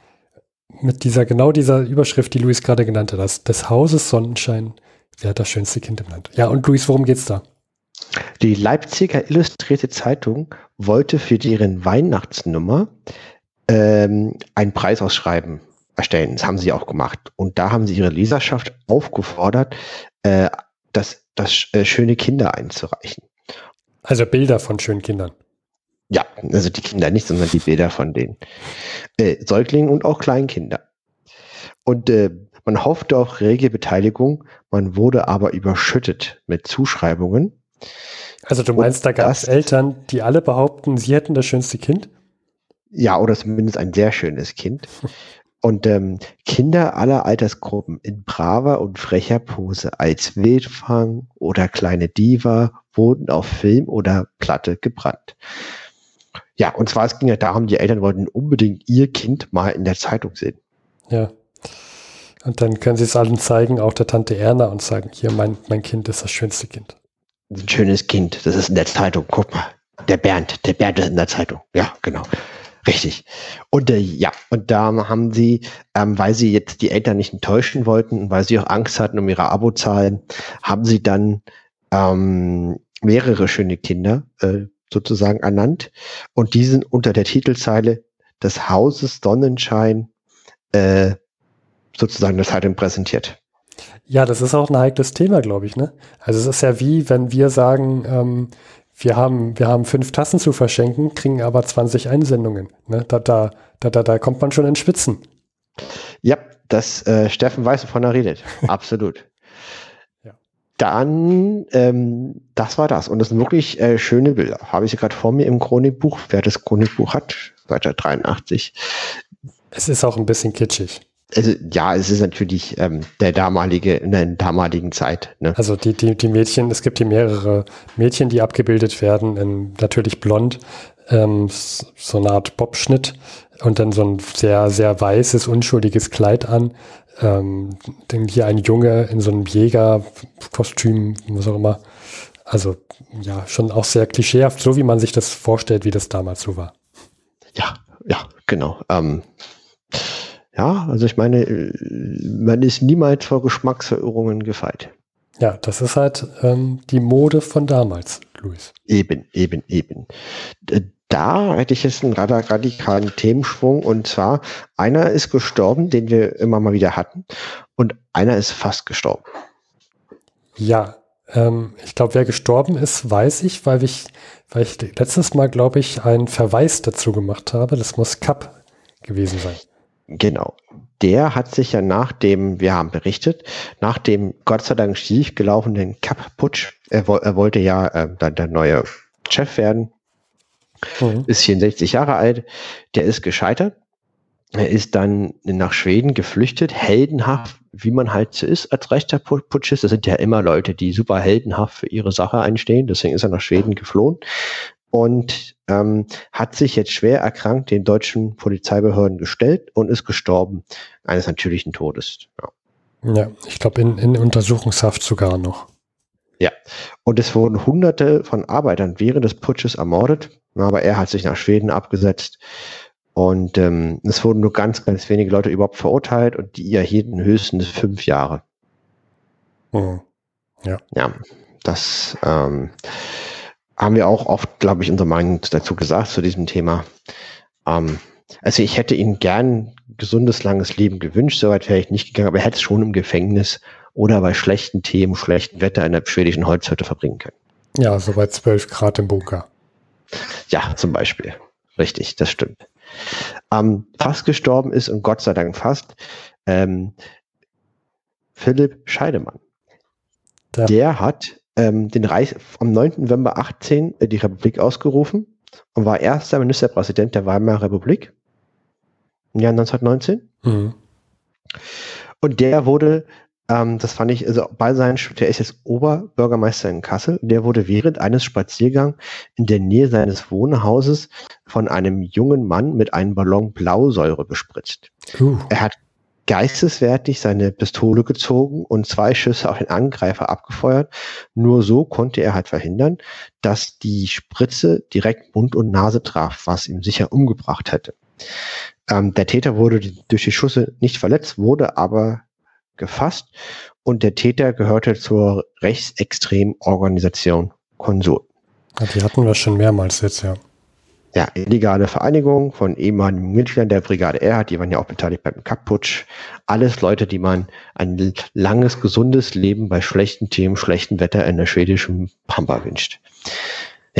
mit dieser, genau dieser Überschrift, die Luis gerade genannt hat, das, des Hauses Sonnenschein, wer hat das schönste Kind im Land? Ja, und Luis, worum geht's da? Die Leipziger Illustrierte Zeitung wollte für deren Weihnachtsnummer ähm, ein Preisausschreiben erstellen. Das haben sie auch gemacht. Und da haben sie ihre Leserschaft aufgefordert, äh, das, das äh, schöne Kinder einzureichen. Also Bilder von schönen Kindern. Ja, also die Kinder nicht, sondern die Bilder von den äh, Säuglingen und auch Kleinkinder. Und äh, man hoffte auf rege Beteiligung, man wurde aber überschüttet mit Zuschreibungen. Also du meinst, da gab es Eltern, die alle behaupten, sie hätten das schönste Kind? Ja, oder zumindest ein sehr schönes Kind. Und ähm, Kinder aller Altersgruppen in braver und frecher Pose als Wildfang oder kleine Diva wurden auf Film oder Platte gebrannt. Ja, und zwar es ging ja darum, die Eltern wollten unbedingt ihr Kind mal in der Zeitung sehen. Ja. Und dann können sie es allen zeigen, auch der Tante Erna, und sagen, hier, mein, mein Kind ist das schönste Kind. Ein schönes Kind, das ist in der Zeitung. Guck mal, der Bernd, der Bernd ist in der Zeitung. Ja, genau. Richtig. Und äh, ja, und da haben sie, ähm, weil sie jetzt die Eltern nicht enttäuschen wollten und weil sie auch Angst hatten um ihre Abozahlen, haben sie dann ähm, mehrere schöne Kinder äh, sozusagen ernannt. Und die sind unter der Titelzeile des Hauses Sonnenschein äh, sozusagen der Zeitung präsentiert. Ja, das ist auch ein heikles Thema, glaube ich, ne? Also es ist ja wie, wenn wir sagen, ähm, wir haben, wir haben fünf Tassen zu verschenken, kriegen aber zwanzig Einsendungen. Ne? Da, da, da, da, da kommt man schon in Schwitzen. Ja, das äh, Steffen weiß, wovon er redet. Absolut. Ja. Dann, ähm, das war das. Und das sind wirklich äh, schöne Bilder. Habe ich gerade vor mir im Chronikbuch. Wer das Chronikbuch hat, Seite dreiundachtzig. Es ist auch ein bisschen kitschig. Also, ja, es ist natürlich ähm, der damalige, in der damaligen Zeit. Ne? Also die, die, die Mädchen, es gibt hier mehrere Mädchen, die abgebildet werden, in, natürlich blond, ähm, so eine Art Bobschnitt und dann so ein sehr, sehr weißes, unschuldiges Kleid an. Ähm, dann hier ein Junge in so einem Jägerkostüm, was auch immer. Also ja, schon auch sehr klischeehaft, so wie man sich das vorstellt, wie das damals so war. Ja, ja, genau. Ähm, Ja, also ich meine, man ist niemals vor Geschmacksverirrungen gefeit. Ja, das ist halt ähm, die Mode von damals, Luis. Eben, eben, eben. Da hätte ich jetzt einen radikalen Themenschwung, und zwar, einer ist gestorben, den wir immer mal wieder hatten, und einer ist fast gestorben. Ja, ähm, ich glaube, wer gestorben ist, weiß ich, weil ich, weil ich letztes Mal, glaube ich, einen Verweis dazu gemacht habe. Das muss Kapp gewesen sein. Genau. Der hat sich ja nach dem, wir haben berichtet, nach dem Gott sei Dank schief gelaufenen Kapp-Putsch, er, er wollte ja äh, dann der neue Chef werden, mhm. ist vierundsechzig Jahre alt, der ist gescheitert. Er ist dann nach Schweden geflüchtet, heldenhaft, wie man halt so ist als rechter Putschist. Das sind ja immer Leute, die super heldenhaft für ihre Sache einstehen. Deswegen ist er nach Schweden geflohen und ähm, hat sich jetzt schwer erkrankt den deutschen Polizeibehörden gestellt und ist gestorben eines natürlichen Todes. Ja, ja ich glaube in, in Untersuchungshaft sogar noch. Ja, und es wurden Hunderte von Arbeitern während des Putsches ermordet, aber er hat sich nach Schweden abgesetzt. Und ähm, es wurden nur ganz, ganz wenige Leute überhaupt verurteilt und die erhielten höchstens fünf Jahre. Mhm. Ja. Ja, das ähm, haben wir auch oft, glaube ich, unsere Meinung dazu gesagt, zu diesem Thema. Ähm, also ich hätte ihm gern ein gesundes, langes Leben gewünscht, soweit wäre ich nicht gegangen, aber er hätte es schon im Gefängnis oder bei schlechten Themen, schlechtem Wetter in der schwedischen Holzhütte verbringen können. Ja, so bei zwölf Grad im Bunker. Ja, zum Beispiel. Richtig, das stimmt. Ähm, fast gestorben ist, und Gott sei Dank fast, ähm, Philipp Scheidemann. Ja. Der hat ähm, den Reich am neunten November achtzehn äh, die Republik ausgerufen und war erster Ministerpräsident der Weimarer Republik im Jahr neunzehnhundertneunzehn. Mhm. Und der wurde, ähm, das fand ich, also bei seinen, der ist jetzt Oberbürgermeister in Kassel, der wurde während eines Spaziergangs in der Nähe seines Wohnhauses von einem jungen Mann mit einem Ballon Blausäure bespritzt. Uh. Er hat geisteswertig seine Pistole gezogen und zwei Schüsse auf den Angreifer abgefeuert. Nur so konnte er halt verhindern, dass die Spritze direkt Mund und Nase traf, was ihn sicher umgebracht hätte. Ähm, der Täter wurde durch die Schüsse nicht verletzt, wurde aber gefasst, und der Täter gehörte zur rechtsextremen Organisation Konsult. Ja, die hatten wir schon mehrmals jetzt, ja. Ja, illegale Vereinigung von ehemaligen Mitgliedern der Brigade Erhard, die waren ja auch beteiligt beim Kapp-Putsch. Alles Leute, die man ein langes, gesundes Leben bei schlechten Themen, schlechtem Wetter in der schwedischen Pampa wünscht.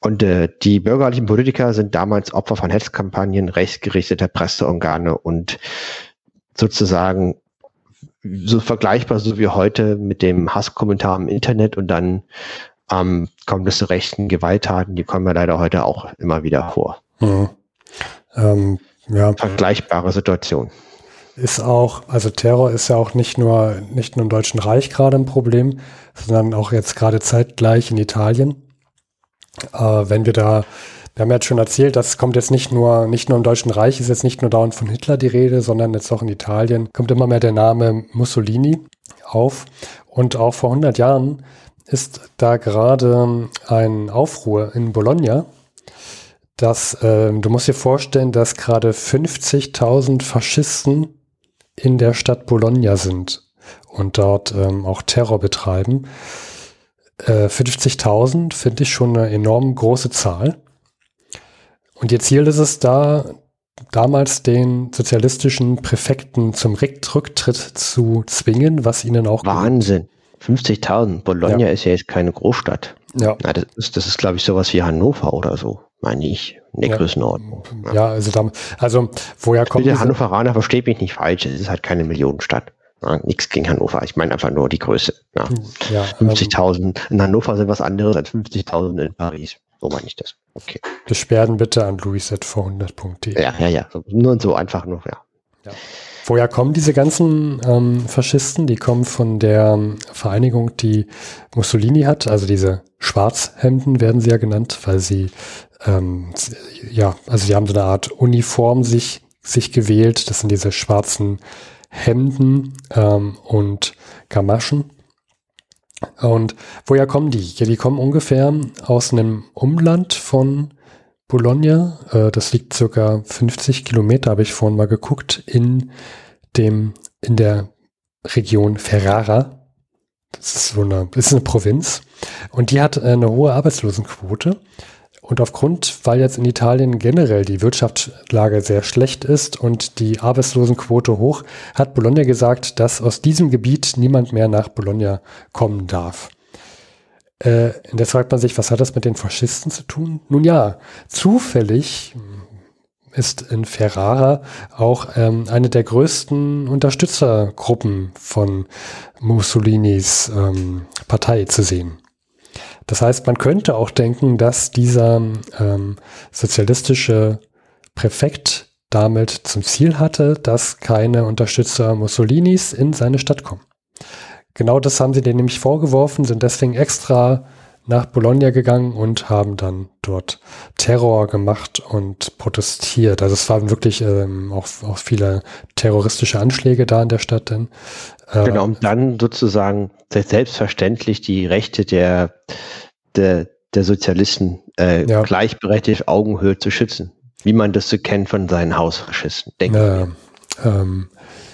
Und äh, die bürgerlichen Politiker sind damals Opfer von Hetzkampagnen, rechtsgerichteter Presseorgane und sozusagen so vergleichbar so wie heute mit dem Hasskommentar im Internet, und dann ähm, kommt es zu rechten Gewalttaten, die kommen ja leider heute auch immer wieder vor. Mhm. Ähm, ja. Vergleichbare Situation. Ist auch, also Terror ist ja auch nicht nur, nicht nur im Deutschen Reich gerade ein Problem, sondern auch jetzt gerade zeitgleich in Italien. Äh, wenn wir da, wir haben ja jetzt schon erzählt, das kommt jetzt nicht nur, nicht nur im Deutschen Reich, ist jetzt nicht nur dauernd von Hitler die Rede, sondern jetzt auch in Italien kommt immer mehr der Name Mussolini auf. Und auch vor hundert Jahren ist da gerade ein Aufruhr in Bologna, dass, äh, du musst dir vorstellen, dass gerade fünfzigtausend Faschisten in der Stadt Bologna sind und dort ähm, auch Terror betreiben. Äh, fünfzigtausend finde ich schon eine enorm große Zahl. Und ihr Ziel ist es da, damals den sozialistischen Präfekten zum Rücktritt zu zwingen, was ihnen auch... Wahnsinn. fünfzigtausend. Bologna ja. ist ja jetzt keine Großstadt. Ja. Na, das ist, das ist glaube ich, sowas wie Hannover oder so, meine ich. In der ja. Größenordnung. Ja, ja also, da, also woher kommt der Hannoveraner, versteht mich nicht falsch, es ist halt keine Millionenstadt. Ja, nichts gegen Hannover, ich meine einfach nur die Größe. Ja. Ja, fünfzigtausend in Hannover sind was anderes als fünfzigtausend in Paris. So meine ich das. Okay. Beschwerden bitte an luis at vierhundert punkt de. Ja, ja, ja. Nur so einfach nur, ja. ja. Woher kommen diese ganzen ähm, Faschisten? Die kommen von der Vereinigung, die Mussolini hat, also diese Schwarzhemden werden sie ja genannt, weil sie ähm, ja, also sie haben so eine Art Uniform sich, sich gewählt. Das sind diese schwarzen Hemden ähm, und Gamaschen. Und woher kommen die? Ja, die kommen ungefähr aus einem Umland von Bologna. Äh, das liegt circa fünfzig Kilometer, habe ich vorhin mal geguckt, in dem, in der Region Ferrara. Das ist so eine, das ist eine Provinz. Und die hat eine hohe Arbeitslosenquote. Und aufgrund, weil jetzt in Italien generell die Wirtschaftslage sehr schlecht ist und die Arbeitslosenquote hoch, hat Bologna gesagt, dass aus diesem Gebiet niemand mehr nach Bologna kommen darf. Äh, und jetzt fragt man sich, was hat das mit den Faschisten zu tun? Nun ja, zufällig ist in Ferrara auch ähm, eine der größten Unterstützergruppen von Mussolinis ähm, Partei zu sehen. Das heißt, man könnte auch denken, dass dieser ähm, sozialistische Präfekt damit zum Ziel hatte, dass keine Unterstützer Mussolinis in seine Stadt kommen. Genau das haben sie denen nämlich vorgeworfen, sind deswegen extra nach Bologna gegangen und haben dann dort Terror gemacht und protestiert. Also es waren wirklich ähm, auch, auch viele terroristische Anschläge da in der Stadt. Denn, äh, genau, um dann sozusagen selbstverständlich die Rechte der, der, der Sozialisten äh, ja. gleichberechtigt auf Augenhöhe zu schützen. Wie man das so kennt von seinen Hausfaschisten, denke ja, ich. Ähm,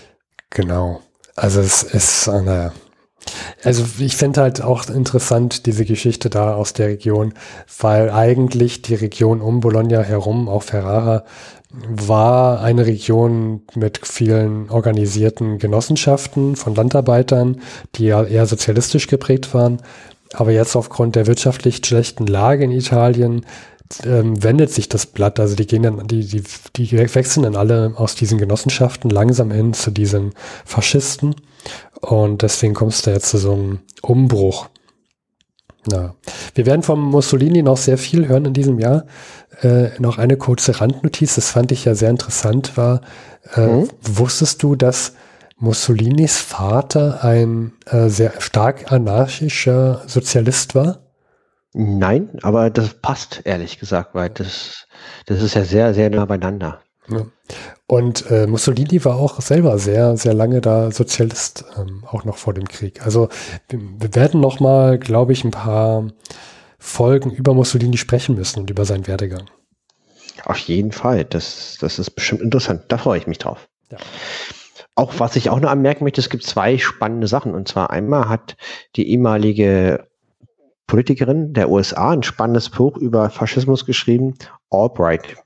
genau. Also es ist eine... Also ich finde halt auch interessant diese Geschichte da aus der Region, weil eigentlich die Region um Bologna herum, auch Ferrara, war eine Region mit vielen organisierten Genossenschaften von Landarbeitern, die ja eher sozialistisch geprägt waren. Aber jetzt aufgrund der wirtschaftlich schlechten Lage in Italien ähm, wendet sich das Blatt. Also die gehen dann, die, die, die wechseln dann alle aus diesen Genossenschaften langsam hin zu diesen Faschisten. Und deswegen kommst du jetzt zu so einem Umbruch. Ja. Wir werden vom Mussolini noch sehr viel hören in diesem Jahr. Äh, noch eine kurze Randnotiz, das fand ich ja sehr interessant, war, äh, mhm. wusstest du, dass Mussolinis Vater ein äh, sehr stark anarchischer Sozialist war? Nein, aber das passt, ehrlich gesagt, weil das, das ist ja sehr, sehr nah beieinander. Ja. Und äh, Mussolini war auch selber sehr, sehr lange da Sozialist, ähm, auch noch vor dem Krieg. Also wir, wir werden noch mal, glaube ich, ein paar Folgen über Mussolini sprechen müssen und über seinen Werdegang. Auf jeden Fall, das, das ist bestimmt interessant. Da freue ich mich drauf. Ja. Auch was ich auch noch anmerken möchte, es gibt zwei spannende Sachen. Und zwar einmal hat die ehemalige Politikerin der U S A ein spannendes Buch über Faschismus geschrieben, Albright.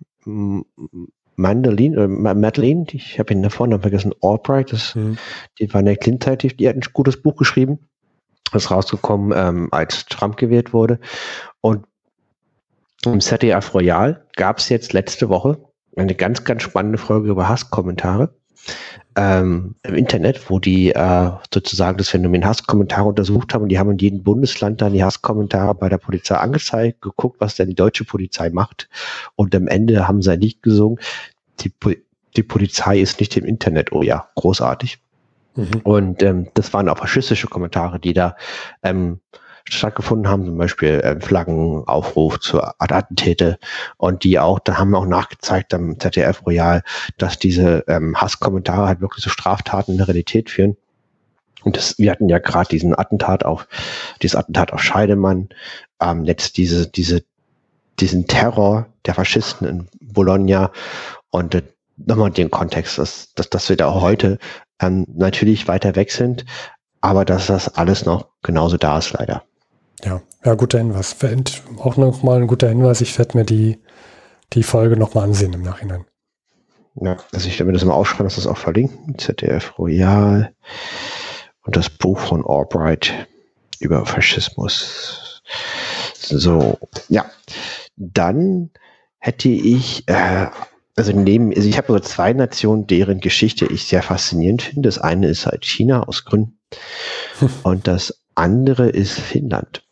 Madeleine, äh, Madeleine, ich habe ihn da vorne vergessen, Albright, das, mhm. die war in der Clinton-Zeit, die, die hat ein gutes Buch geschrieben, das ist rausgekommen, ähm, als Trump gewählt wurde. Und Im Z D F Royal gab es jetzt letzte Woche eine ganz, ganz spannende Folge über Hasskommentare ähm, im Internet, wo die äh, sozusagen das Phänomen Hasskommentare untersucht haben und die haben in jedem Bundesland dann die Hasskommentare bei der Polizei angezeigt, geguckt, was denn die deutsche Polizei macht und am Ende haben sie ein Lied gesungen, die, die Polizei ist nicht im Internet. Oh ja, großartig. Mhm. Und ähm, das waren auch faschistische Kommentare, die da ähm, stattgefunden haben, zum Beispiel ähm, Flaggenaufruf zur Attentäte und die auch, da haben wir auch nachgezeigt am Z D F Royal, dass diese ähm, Hasskommentare halt wirklich zu Straftaten in der Realität führen. Und das, wir hatten ja gerade diesen Attentat auf, dieses Attentat auf Scheidemann, ähm, jetzt diese, diese, diesen Terror der Faschisten in Bologna und äh, nochmal den Kontext, dass, dass, dass wir da auch heute ähm, natürlich weiter weg sind, aber dass das alles noch genauso da ist, leider. Ja, ja, guter Hinweis. Auch nochmal ein guter Hinweis. Ich werde mir die, die Folge nochmal ansehen im Nachhinein. Ja, also ich werde mir das mal aufschreiben, dass das auch verlinken. Z D F Royal und das Buch von Albright über Faschismus. So, ja. Dann hätte ich, äh, also neben, also ich habe so zwei Nationen, deren Geschichte ich sehr faszinierend finde. Das eine ist halt China aus Gründen und das andere ist Finnland.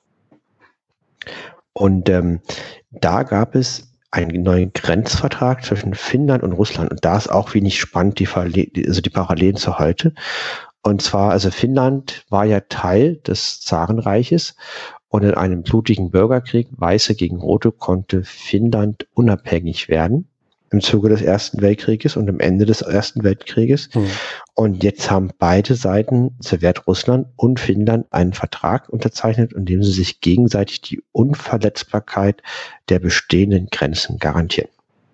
Und ähm, da gab es einen neuen Grenzvertrag zwischen Finnland und Russland. Und da ist auch wenig spannend, die, also die Parallelen zu heute. Und zwar, also Finnland war ja Teil des Zarenreiches und in einem blutigen Bürgerkrieg, Weiße gegen Rote, konnte Finnland unabhängig werden im Zuge des Ersten Weltkrieges und am Ende des Ersten Weltkrieges. Hm. Und jetzt haben beide Seiten, Sowjetrussland und Finnland, einen Vertrag unterzeichnet, in dem sie sich gegenseitig die Unverletzbarkeit der bestehenden Grenzen garantieren.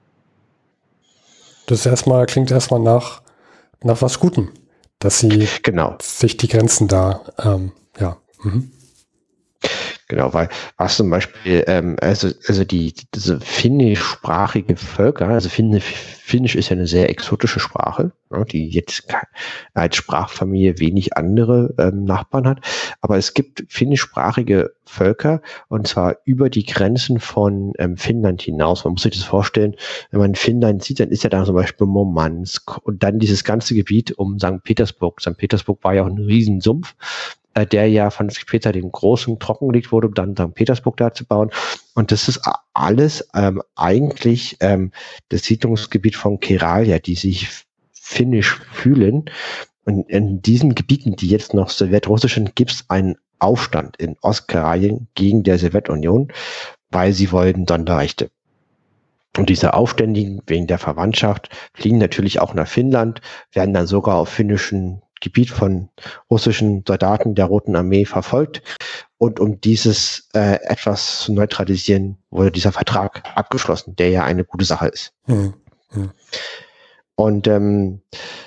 Das erstmal klingt erstmal nach, nach was Gutem, dass sie genau. sich die Grenzen da, ähm, ja. Mhm. Genau, weil was zum Beispiel, ähm, also, also die, diese finnischsprachige Völker, also Finnisch, Finnisch ist ja eine sehr exotische Sprache, ne, die jetzt als Sprachfamilie wenig andere ähm, Nachbarn hat, aber es gibt finnischsprachige Völker und zwar über die Grenzen von ähm, Finnland hinaus. Man muss sich das vorstellen, wenn man Finnland sieht, dann ist ja da zum Beispiel Murmansk und dann dieses ganze Gebiet um Sankt Petersburg. Sankt Petersburg war ja auch ein Riesensumpf, der ja von Peter dem Großen trockengelegt wurde, um dann Sankt Petersburg da zu bauen. Und das ist alles ähm, eigentlich ähm, das Siedlungsgebiet von Keralia, die sich finnisch fühlen. Und in diesen Gebieten, die jetzt noch sowjetrussisch sind, gibt es einen Aufstand in Ostkarelien gegen der Sowjetunion, weil sie wollten Sonderrechte. Und diese Aufständigen wegen der Verwandtschaft fliegen natürlich auch nach Finnland, werden dann sogar auf finnischen Gebiet von russischen Soldaten der Roten Armee verfolgt. Und um dieses äh, etwas zu neutralisieren, wurde dieser Vertrag abgeschlossen, der ja eine gute Sache ist. Hm. Hm. Und ähm,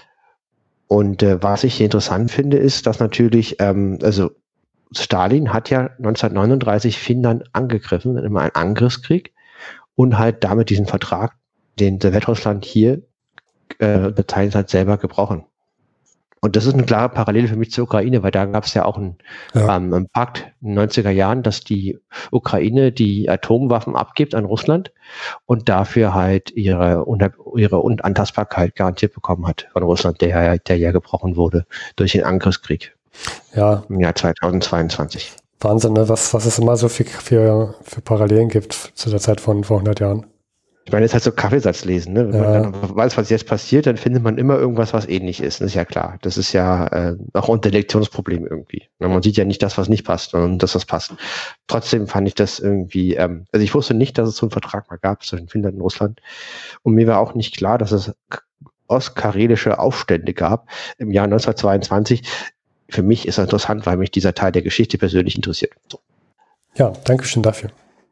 und äh, was ich hier interessant finde, ist, dass natürlich, ähm, also Stalin hat ja neunzehnhundertneununddreißig Finnland angegriffen, in einem Angriffskrieg, und halt damit diesen Vertrag, den Sowjetrussland hier äh, bezeichnet hat, selber gebrochen. Und das ist eine klare Parallele für mich zur Ukraine, weil da gab es ja auch einen, ja. ähm, einen Pakt in den neunziger Jahren, dass die Ukraine die Atomwaffen abgibt an Russland und dafür halt ihre, ihre Unantastbarkeit garantiert bekommen hat von Russland, der, der ja gebrochen wurde durch den Angriffskrieg. Ja. Im Jahr zweitausendzweiundzwanzig. Wahnsinn, ne? was, was es immer so viel für, für Parallelen gibt zu der Zeit von vor hundert Jahren. Ich meine, es ist halt so Kaffeesatz lesen, ne? Wenn ja. man dann weiß, was jetzt passiert, dann findet man immer irgendwas, was ähnlich ist. Das ist ja klar. Das ist ja äh, auch ein Intellektionsproblem irgendwie. Man sieht ja nicht das, was nicht passt, sondern das, was passt. Trotzdem fand ich das irgendwie, ähm, also ich wusste nicht, dass es so einen Vertrag mal gab zwischen Finnland und Russland. Und mir war auch nicht klar, dass es ostkarelische Aufstände gab im Jahr neunzehnhundertzweiundzwanzig. Für mich ist das interessant, weil mich dieser Teil der Geschichte persönlich interessiert. So. Ja, danke schön dafür.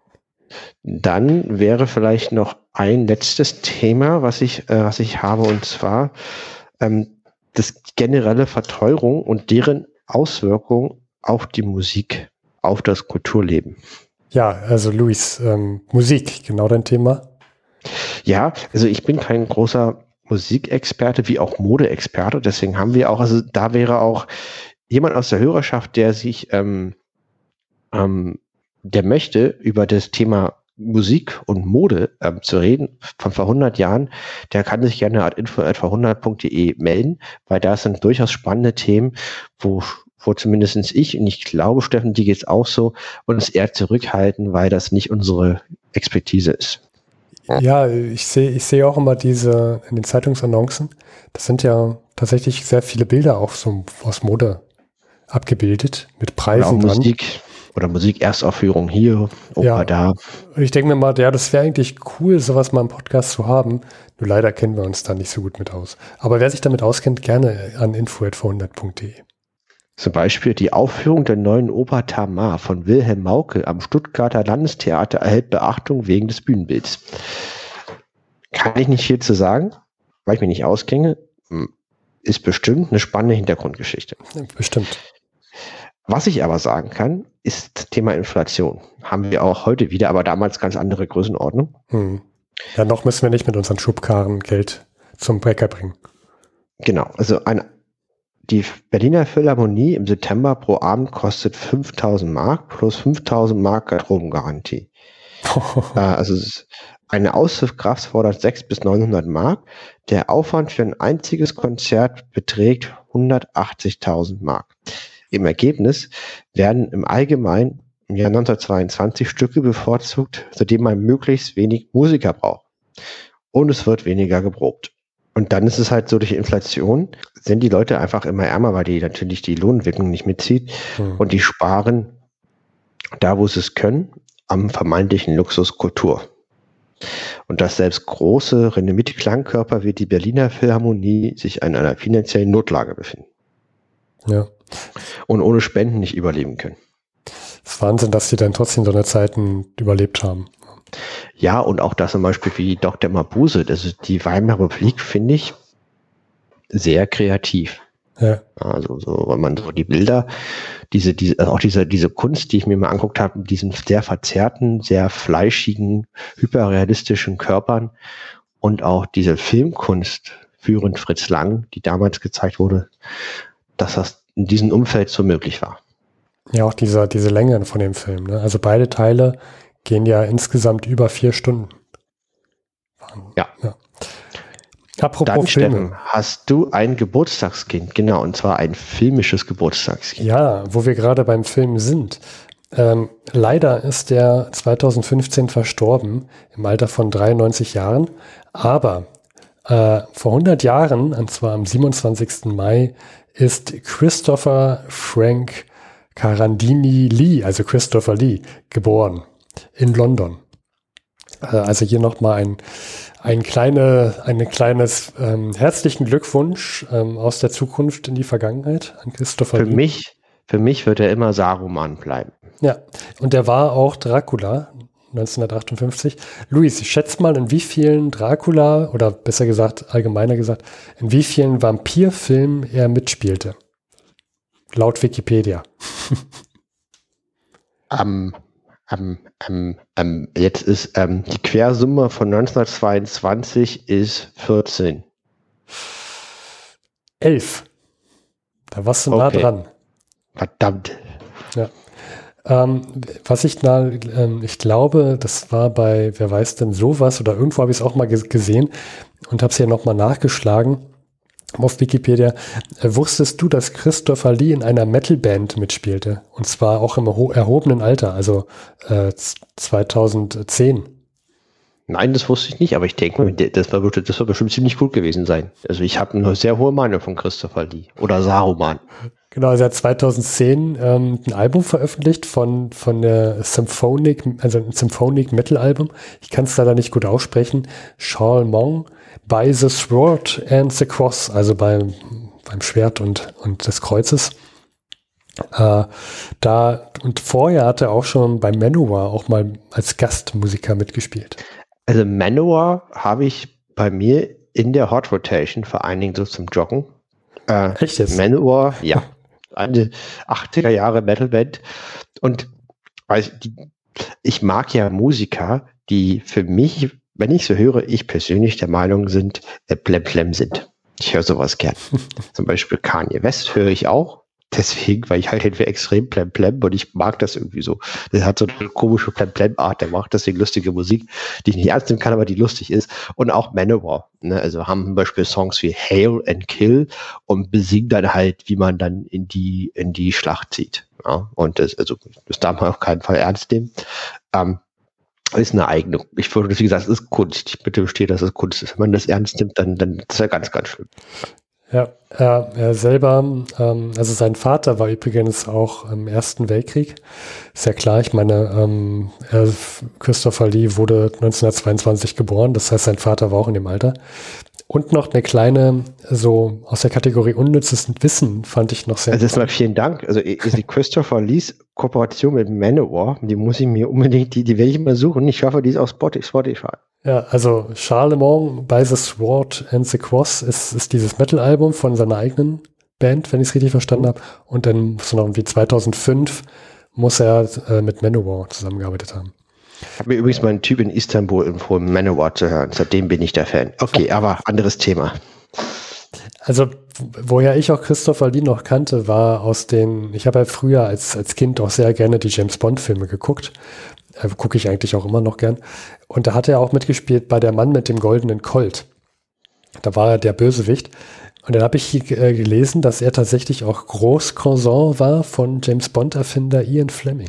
Dann wäre vielleicht noch ein letztes Thema, was ich, äh, was ich habe, und zwar ähm, das generelle Verteuerung und deren Auswirkung auf die Musik, auf das Kulturleben. Ja, also Luis, ähm, Musik, genau dein Thema. Ja, also ich bin kein großer Musikexperte wie auch Modeexperte, deswegen haben wir auch, also da wäre auch jemand aus der Hörerschaft, der sich ähm, ähm, der möchte über das Thema Musik und Mode ähm, zu reden von vor hundert Jahren, der kann sich gerne at info at vierhundert punkt de melden, weil da sind durchaus spannende Themen, wo, wo zumindest ich, und ich glaube, Steffen, die geht es auch so, uns eher zurückhalten, weil das nicht unsere Expertise ist. Ja, ich sehe ich sehe auch immer diese in den Zeitungsannoncen, das sind ja tatsächlich sehr viele Bilder auch so aus Mode abgebildet, mit Preisen oder dran. Musik oder Musik-Erstaufführung hier, Oper ja. da. Und ich denke mir mal, ja, das wäre eigentlich cool, sowas mal im Podcast zu haben. Nur leider kennen wir uns da nicht so gut mit aus. Aber wer sich damit auskennt, gerne an info at vierhundert punkt de. Zum Beispiel die Aufführung der neuen Oper Tamar von Wilhelm Mauke am Stuttgarter Landestheater erhält Beachtung wegen des Bühnenbilds. Kann ich nicht viel zu sagen, weil ich mich nicht auskenne. Ist bestimmt eine spannende Hintergrundgeschichte. Bestimmt. Was ich aber sagen kann, ist Thema Inflation. Haben wir auch heute wieder, aber damals ganz andere Größenordnung. Hm. Ja, noch müssen wir nicht mit unseren Schubkarren Geld zum Bäcker bringen. Genau, also eine, die Berliner Philharmonie im September pro Abend kostet fünftausend Mark plus fünftausend Mark Garderobengarantie. äh, also es ist eine Aushilfskraft fordert sechshundert bis neunhundert Mark. Der Aufwand für ein einziges Konzert beträgt hundertachtzigtausend Mark. Im Ergebnis werden im Allgemeinen im Jahr neunzehnhundertzweiundzwanzig Stücke bevorzugt, zu denen man möglichst wenig Musiker braucht. Und es wird weniger geprobt. Und dann ist es halt so, durch Inflation sind die Leute einfach immer ärmer, weil die natürlich die Lohnentwicklung nicht mitzieht. Hm. Und die sparen da, wo sie es können, am vermeintlichen Luxus Kultur. Und dass selbst große, renommierte Klangkörper wie die Berliner Philharmonie sich in einer finanziellen Notlage befinden. Ja. Und ohne Spenden nicht überleben können. Das ist Wahnsinn, dass sie dann trotzdem so eine Zeiten überlebt haben. Ja, und auch das zum Beispiel wie Doktor Mabuse, also die Weimarer Republik, finde ich sehr kreativ. Ja. Also so, wenn man so die Bilder, diese, diese, also auch diese, diese Kunst, die ich mir mal angeguckt habe, mit diesen sehr verzerrten, sehr fleischigen, hyperrealistischen Körpern und auch diese Filmkunst führend Fritz Lang, die damals gezeigt wurde, dass das in diesem Umfeld so möglich war. Ja, auch diese, diese Länge von dem Film. Ne? Also beide Teile gehen ja insgesamt über vier Stunden. Ja. ja. Apropos Dann, Filme. Steffen, hast du ein Geburtstagskind, genau, und zwar ein filmisches Geburtstagskind. Ja, wo wir gerade beim Film sind. Ähm, leider ist der zweitausendfünfzehn verstorben, im Alter von dreiundneunzig Jahren, aber äh, vor hundert Jahren, und zwar am siebenundzwanzigsten Mai, ist Christopher Frank Carandini Lee, also Christopher Lee, geboren in London. Äh, also hier nochmal ein, ein kleine, ein kleines ähm, herzlichen Glückwunsch ähm, aus der Zukunft in die Vergangenheit an Christopher Für Lee. mich, für mich wird er immer Saruman bleiben. Ja, und der war auch Dracula neunzehnhundertachtundfünfzig. Luis, schätz mal, in wie vielen Dracula, oder besser gesagt, allgemeiner gesagt, in wie vielen Vampirfilmen er mitspielte? Laut Wikipedia. Ähm, ähm, ähm, ähm, jetzt ist ähm, die Quersumme von neunzehnhundertzweiundzwanzig ist vierzehn. Elf. Da warst du nah Okay. dran. Verdammt. Ja. Ähm, was ich na, ähm, ich glaube, das war bei, wer weiß denn sowas, oder irgendwo habe ich es auch mal ge- gesehen und habe es ja nochmal nachgeschlagen auf Wikipedia. Äh, wusstest du, dass Christopher Lee in einer Metalband mitspielte? Und zwar auch im erho- erhobenen Alter, also äh, zweitausendzehn. Nein, das wusste ich nicht, aber ich denke mal, das war, das war bestimmt ziemlich gut gewesen sein. Also ich habe eine sehr hohe Meinung von Christopher Lee oder Saruman. Genau, also er hat zweitausendzehn ähm, ein Album veröffentlicht von, von der Symphonic, also ein Symphonic Metal Album. Ich kann es leider nicht gut aussprechen. Charlemagne by the Sword and the Cross, also beim, beim Schwert und, und des Kreuzes. Äh, da, und vorher hat er auch schon bei Manowar auch mal als Gastmusiker mitgespielt. Also Manowar habe ich bei mir in der Hot Rotation, vor allen Dingen so zum Joggen. Äh, Echt jetzt? Manowar, ja. Eine achtziger Jahre Metalband. Und also die, ich mag ja Musiker, die für mich, wenn ich so höre, ich persönlich der Meinung sind, äh, Plemplem sind. Ich höre sowas gern. Zum Beispiel Kanye West höre ich auch. deswegen, weil ich halt den für extrem plemplem und ich mag das irgendwie so. Der hat so eine komische Plemplem-Art, der macht deswegen lustige Musik, die ich nicht ernst nehmen kann, aber die lustig ist. Und auch Manowar, ne? Also haben zum Beispiel Songs wie Hail and Kill und besingen dann halt, wie man dann in die, in die Schlacht zieht. Ja? Und das, also, das darf man auf keinen Fall ernst nehmen. Ähm, ist eine eigene, ich würde, wie gesagt, es ist Kunst. Ich bitte bestehe, dass es Kunst ist. Wenn man das ernst nimmt, dann, dann ist ja ganz, ganz schlimm. Ja, er, er selber, ähm, also sein Vater war übrigens auch im Ersten Weltkrieg. Ist ja klar, ich meine, ähm, er, Christopher Lee wurde neunzehnhundertzweiundzwanzig geboren, das heißt, sein Vater war auch in dem Alter. Und noch eine kleine, so aus der Kategorie unnützes Wissen fand ich noch sehr Also erstmal vielen Dank. Also ist die Christopher Lees Kooperation mit Manowar, die muss ich mir unbedingt, die, die werde ich mal suchen. Ich hoffe, die ist auf Spotify. Ja, also Charlemagne by the Sword and the Cross ist, ist dieses Metal-Album von seiner eigenen Band, wenn ich es richtig verstanden habe. Und dann muss noch irgendwie zweitausendfünf muss er äh, mit Manowar zusammengearbeitet haben. Ich habe mir übrigens mal einen Typ in Istanbul empfohlen, Manowar zu hören. Seitdem bin ich der Fan. Okay, aber anderes Thema. Also, woher ich auch Christopher Lee noch kannte, war aus den, ich habe ja früher als, als Kind auch sehr gerne die James-Bond-Filme geguckt. Äh, gucke ich eigentlich auch immer noch gern. Und da hat er auch mitgespielt bei Der Mann mit dem goldenen Colt. Da war er der Bösewicht. Und dann habe ich äh, gelesen, dass er tatsächlich auch Großcousin war von James-Bond-Erfinder Ian Fleming.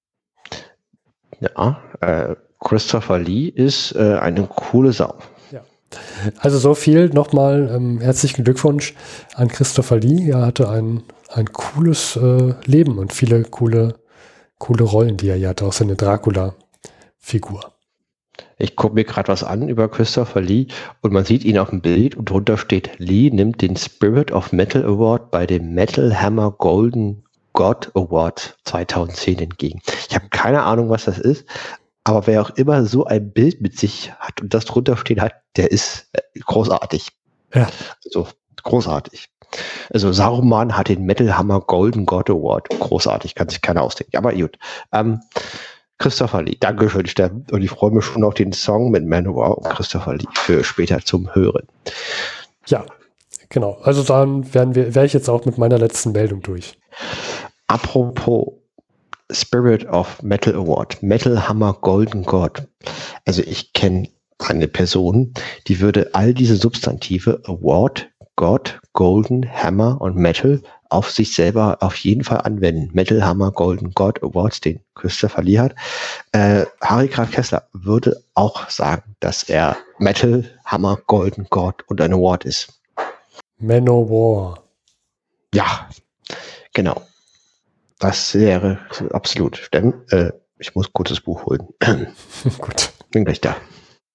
Ja, äh, Christopher Lee ist äh, eine coole Sau. Ja. Also so viel nochmal ähm, herzlichen Glückwunsch an Christopher Lee. Er hatte ein, ein cooles äh, Leben und viele coole, coole Rollen, die er hier hatte, auch seine Dracula-Figur. Ich gucke mir gerade was an über Christopher Lee und man sieht ihn auf dem Bild und drunter steht, Lee nimmt den Spirit of Metal Award bei dem Metal Hammer Golden God Award zweitausendzehn entgegen. Ich habe keine Ahnung, was das ist, aber wer auch immer so ein Bild mit sich hat und das drunter stehen hat, der ist großartig. Ja. Also großartig. Also Saruman hat den Metal Hammer Golden God Award. Großartig, kann sich keiner ausdenken. Aber gut. Ähm, Christopher Lee, Dankeschön, Steffen. Und ich freue mich schon auf den Song mit Manowar und Christopher Lee für später zum Hören. Ja, genau. Also dann werden wir, wäre ich jetzt auch mit meiner letzten Meldung durch. Apropos Spirit of Metal Award, Metal Hammer Golden God. Also ich kenne eine Person, die würde all diese Substantive Award, God, Golden, Hammer und Metal auf sich selber auf jeden Fall anwenden. Metal Hammer Golden God Awards, den Christopher Lee hat. Äh, Harry Graf Kessler würde auch sagen, dass er Metal Hammer Golden God und ein Award ist. Manowar. Ja, genau. Das wäre absolut. Steffen, äh, ich muss kurz das Buch holen. Gut. Bin gleich da.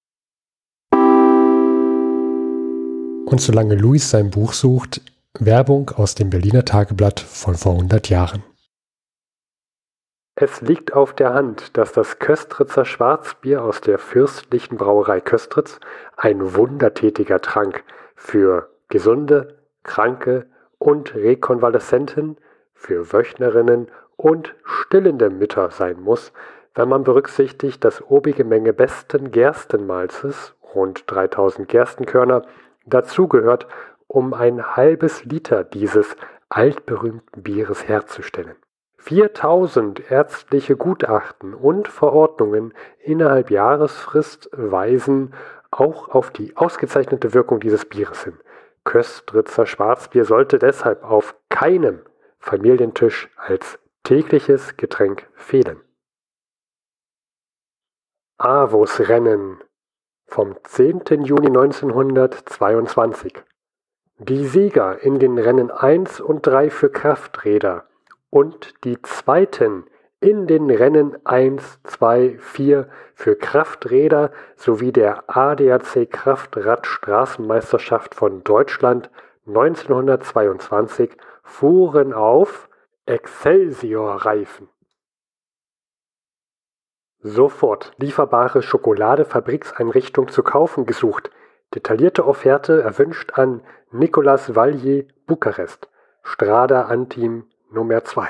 Und solange Luis sein Buch sucht, Werbung aus dem Berliner Tageblatt von vor hundert Jahren. Es liegt auf der Hand, dass das Köstritzer Schwarzbier aus der fürstlichen Brauerei Köstritz ein wundertätiger Trank für Gesunde, Kranke und Rekonvaleszenten, für Wöchnerinnen und stillende Mütter sein muss, wenn man berücksichtigt, dass obige Menge besten Gerstenmalzes, rund dreitausend Gerstenkörner, dazugehört, um ein halbes Liter dieses altberühmten Bieres herzustellen. viertausend ärztliche Gutachten und Verordnungen innerhalb Jahresfrist weisen auch auf die ausgezeichnete Wirkung dieses Bieres hin. Köstritzer Schwarzbier sollte deshalb auf keinem Familientisch als tägliches Getränk fehlen. Avus-Rennen vom zehnten Juni neunzehnhundertzweiundzwanzig. Die Sieger in den Rennen eins und drei für Krafträder und die Zweiten in den Rennen eins, zwei, vier für Krafträder sowie der A D A C Kraftrad-Straßenmeisterschaft von Deutschland neunzehnhundertzweiundzwanzig fuhren auf Excelsior-Reifen. Sofort lieferbare Schokoladefabrikseinrichtung zu kaufen gesucht. Detaillierte Offerte erwünscht an Nicolas Vallier, Bukarest. Strada Antim Nummer zwei.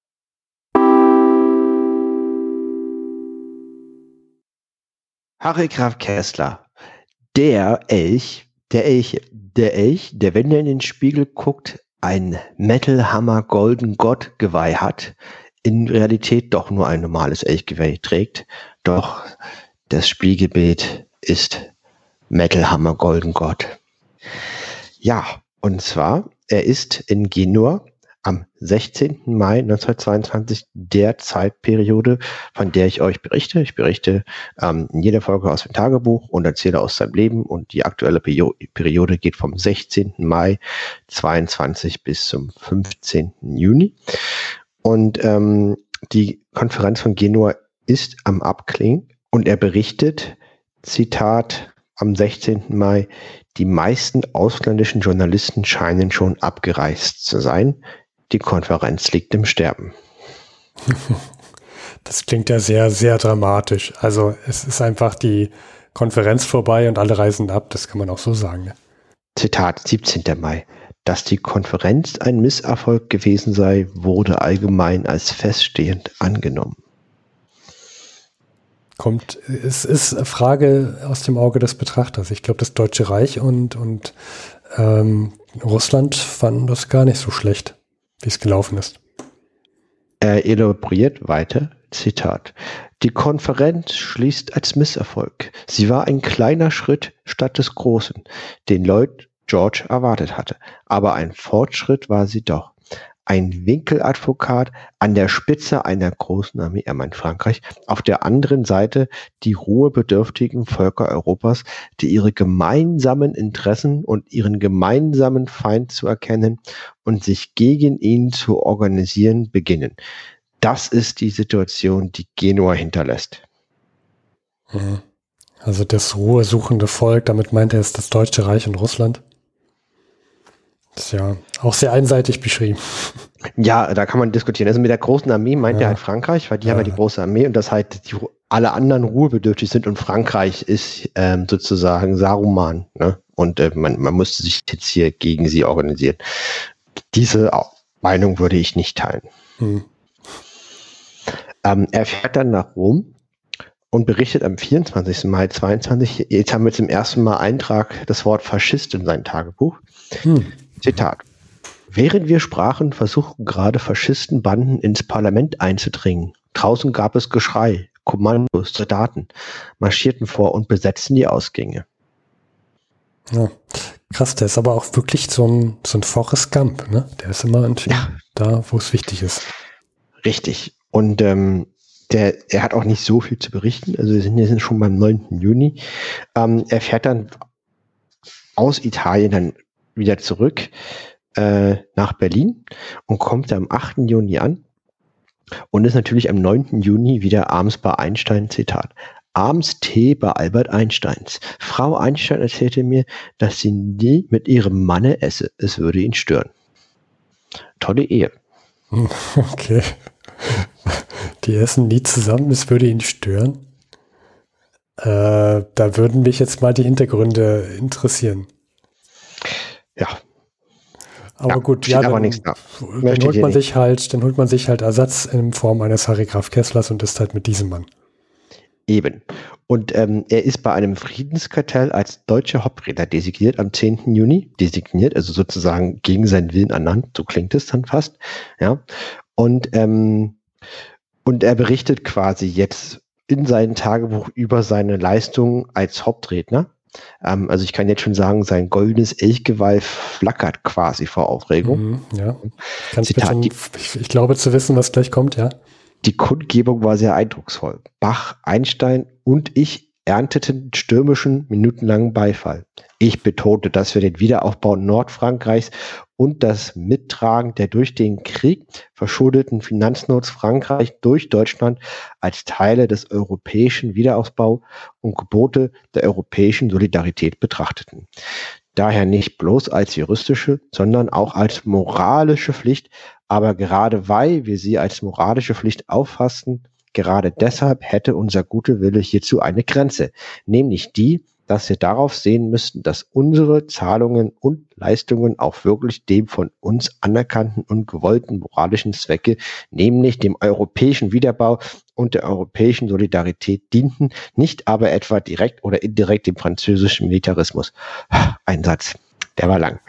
Harry Graf Kessler, der Elch, der Elch, der Elch, der, wenn er in den Spiegel guckt, ein Metal Hammer Golden God Geweih hat, in Realität doch nur ein normales Elchgeweih trägt. Doch das Spiegelbild ist Metal Hammer Golden God. Ja, und zwar, er ist in Genua am sechzehnten Mai neunzehnhundertzweiundzwanzig, der Zeitperiode, von der ich euch berichte. Ich berichte ähm, in jeder Folge aus dem Tagebuch und erzähle aus seinem Leben, und die aktuelle Periode geht vom sechzehnten Mai zweiundzwanzig bis zum fünfzehnten Juni. Und ähm, die Konferenz von Genua ist am Abklingen, und er berichtet, Zitat, am sechzehnten Mai, die meisten ausländischen Journalisten scheinen schon abgereist zu sein. Die Konferenz liegt im Sterben. Das klingt ja sehr, sehr dramatisch. Also es ist einfach die Konferenz vorbei und alle reisen ab. Das kann man auch so sagen. Ne? Zitat, siebzehnten Mai. Dass die Konferenz ein Misserfolg gewesen sei, wurde allgemein als feststehend angenommen. Kommt, es ist eine Frage aus dem Auge des Betrachters. Ich glaube, das Deutsche Reich und, und ähm, Russland fanden das gar nicht so schlecht, wie es gelaufen ist. Er elaboriert weiter, Zitat, die Konferenz schließt als Misserfolg. Sie war ein kleiner Schritt statt des Großen, den Lloyd George erwartet hatte. Aber ein Fortschritt war sie doch. Ein Winkeladvokat an der Spitze einer großen Armee, er meint Frankreich, auf der anderen Seite die ruhebedürftigen Völker Europas, die ihre gemeinsamen Interessen und ihren gemeinsamen Feind zu erkennen und sich gegen ihn zu organisieren beginnen. Das ist die Situation, die Genua hinterlässt. Also das ruhesuchende Volk, damit meint er es das Deutsche Reich und Russland? Das ist ja auch sehr einseitig beschrieben. Ja, da kann man diskutieren. Also mit der großen Armee meint ja. er halt Frankreich, weil die ja. haben ja die große Armee, und dass halt die, alle anderen ruhebedürftig sind, und Frankreich ist ähm, sozusagen Saruman. Ne? Und äh, man, man müsste sich jetzt hier gegen sie organisieren. Diese Meinung würde ich nicht teilen. Hm. Ähm, er fährt dann nach Rom und berichtet am vierundzwanzigsten Mai zweiundzwanzig, jetzt haben wir zum ersten Mal Eintrag das Wort Faschist in sein Tagebuch. Hm. Zitat. Während wir sprachen, versuchten gerade Faschistenbanden ins Parlament einzudringen. Draußen gab es Geschrei, Kommandos, Soldaten marschierten vor und besetzten die Ausgänge. Ja, krass, der ist aber auch wirklich so ein, so ein Forrest Gump, ne? Der ist immer ja. da, wo es wichtig ist. Richtig. Und ähm, der, er hat auch nicht so viel zu berichten. Also wir sind jetzt schon beim neunten Juni. Ähm, er fährt dann aus Italien dann wieder zurück äh, nach Berlin und kommt am achten Juni an und ist natürlich am neunten Juni wieder abends bei Einstein, Zitat, abends Tee bei Albert Einsteins. Frau Einstein erzählte mir, dass sie nie mit ihrem Manne esse, es würde ihn stören. Tolle Ehe. Okay. Die essen nie zusammen, es würde ihn stören. Äh, da würden mich jetzt mal die Hintergründe interessieren. Ja. Aber ja, gut, ja, dann, dann holt man sich halt, dann holt man sich halt Ersatz in Form eines Harry Graf Kesslers und ist halt mit diesem Mann. Eben. Und ähm, er ist bei einem Friedenskartell als deutscher Hauptredner designiert am zehnten Juni. Designiert, also sozusagen gegen seinen Willen ernannt, so klingt es dann fast. Ja. Und, ähm, und er berichtet quasi jetzt in seinem Tagebuch über seine Leistungen als Hauptredner. Ähm, also ich kann jetzt schon sagen, sein goldenes Elchgeweih flackert quasi vor Aufregung. Mhm, ja. Kannst Zitat, bitte, ich, ich glaube zu wissen, was gleich kommt, ja. Die Kundgebung war sehr eindrucksvoll. Bach, Einstein und ich ernteten stürmischen, minutenlangen Beifall. Ich betonte, dass wir den Wiederaufbau Nordfrankreichs und das Mittragen der durch den Krieg verschuldeten Finanznots Frankreich durch Deutschland als Teile des europäischen Wiederaufbaus und Gebote der europäischen Solidarität betrachteten. Daher nicht bloß als juristische, sondern auch als moralische Pflicht, aber gerade weil wir sie als moralische Pflicht auffassten, gerade deshalb hätte unser guter Wille hierzu eine Grenze, nämlich die, dass wir darauf sehen müssten, dass unsere Zahlungen und Leistungen auch wirklich dem von uns anerkannten und gewollten moralischen Zwecke, nämlich dem europäischen Wiederaufbau und der europäischen Solidarität dienten, nicht aber etwa direkt oder indirekt dem französischen Militarismus. Ein Satz, der war lang.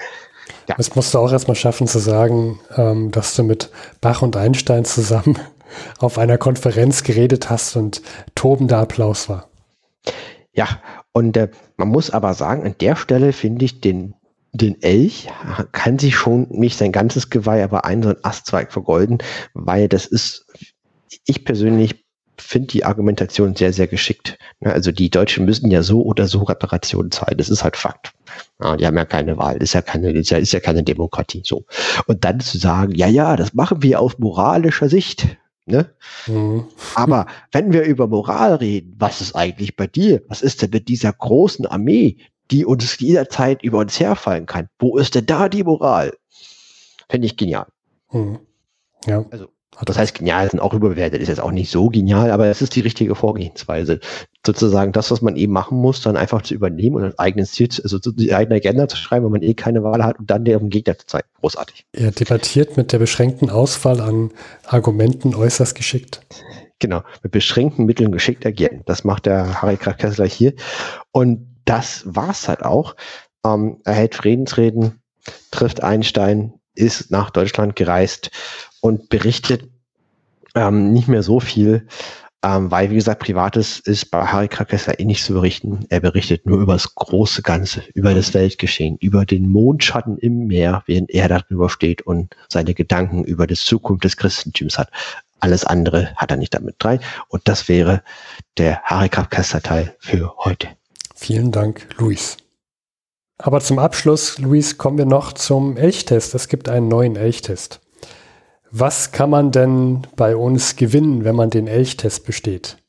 Ja. Das musst du auch erstmal schaffen zu sagen, ähm, dass du mit Bach und Einstein zusammen auf einer Konferenz geredet hast und tobender Applaus war. Ja, und äh, man muss aber sagen, an der Stelle finde ich den, den Elch, kann sich schon nicht sein ganzes Geweih, aber einen so einen Astzweig vergolden, weil das ist, ich persönlich finde die Argumentation sehr, sehr geschickt. Also die Deutschen müssen ja so oder so Reparationen zahlen, das ist halt Fakt. Ja, die haben ja keine Wahl, ist ja keine, ist ja, ist ja keine Demokratie. So. Und dann zu sagen, ja, ja, das machen wir aus moralischer Sicht. Ne? Mhm. Aber wenn wir über Moral reden, was ist eigentlich bei dir? Was ist denn mit dieser großen Armee, die uns jederzeit über uns herfallen kann? Wo ist denn da die Moral? Finde ich genial. Mhm. Ja. Also, das heißt, genial sind auch überbewertet, ist jetzt auch nicht so genial, aber es ist die richtige Vorgehensweise. Sozusagen das, was man eben machen muss, dann einfach zu übernehmen und ein eigenes Ziel, also die eigene Agenda zu schreiben, wenn man eh keine Wahl hat und dann dem Gegner zu zeigen. Großartig. Er debattiert mit der beschränkten Auswahl an Argumenten äußerst geschickt. Genau, mit beschränkten Mitteln geschickt agieren. Das macht der Harry Graf Kessler hier. Und das war's halt auch. Ähm, er hält Friedensreden, trifft Einstein, ist nach Deutschland gereist und berichtet ähm, nicht mehr so viel, ähm, weil, wie gesagt, Privates ist bei Harry Graf Kessler eh nicht zu berichten. Er berichtet nur über das große Ganze, über das Weltgeschehen, über den Mondschatten im Meer, während er darüber steht und seine Gedanken über die Zukunft des Christentums hat. Alles andere hat er nicht damit rein. Und das wäre der Harry Graf Kessler Teil für heute. Vielen Dank, Luis. Aber zum Abschluss, Luis, kommen wir noch zum Elchtest. Es gibt einen neuen Elchtest. Was kann man denn bei uns gewinnen, wenn man den Elchtest besteht?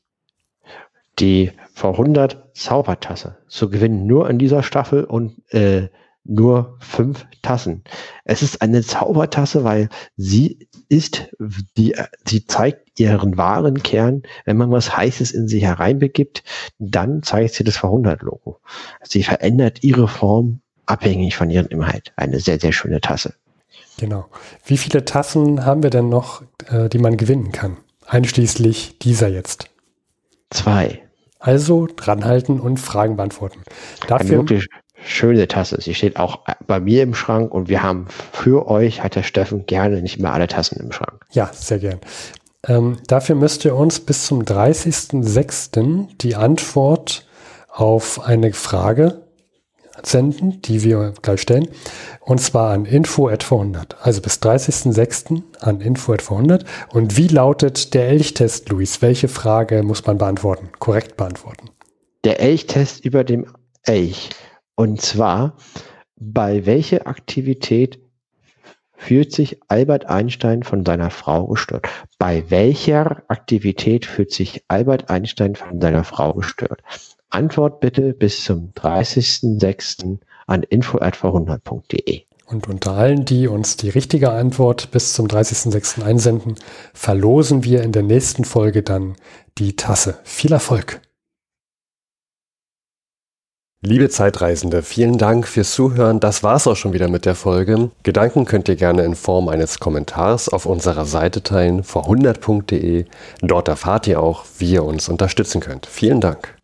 Die V hundert Zaubertasse zu gewinnen, nur in dieser Staffel und äh, nur fünf Tassen. Es ist eine Zaubertasse, weil sie ist, die, sie zeigt ihren wahren Kern. Wenn man was Heißes in sie hereinbegibt, dann zeigt sie das V hundert Logo. Sie verändert ihre Form abhängig von ihrem Inhalt. Eine sehr, sehr schöne Tasse. Genau. Wie viele Tassen haben wir denn noch, äh, die man gewinnen kann? Einschließlich dieser jetzt. Zwei. Also dranhalten und Fragen beantworten. Dafür eine wirklich schöne Tasse. Sie steht auch bei mir im Schrank und wir haben für euch, hat der Steffen gerne nicht mehr alle Tassen im Schrank. Ja, sehr gern. Ähm, dafür müsst ihr uns bis zum dreißigsten sechsten die Antwort auf eine Frage senden, die wir gleich stellen, und zwar an info at vierhundert. Also bis dreißigsten sechsten an info at vierhundert. Und wie lautet der Elchtest, Luis? Welche Frage muss man beantworten? Korrekt beantworten. Der Elchtest über dem Elch. Und zwar, bei welcher Aktivität fühlt sich Albert Einstein von seiner Frau gestört? Bei welcher Aktivität fühlt sich Albert Einstein von seiner Frau gestört? Antwort bitte bis zum dreißigsten sechsten an info at vierhundert punkt de. Und unter allen, die uns die richtige Antwort bis zum dreißigsten sechsten einsenden, verlosen wir in der nächsten Folge dann die Tasse. Viel Erfolg! Liebe Zeitreisende, vielen Dank fürs Zuhören. Das war's auch schon wieder mit der Folge. Gedanken könnt ihr gerne in Form eines Kommentars auf unserer Seite teilen, vierhundert punkt de. Dort erfahrt ihr auch, wie ihr uns unterstützen könnt. Vielen Dank.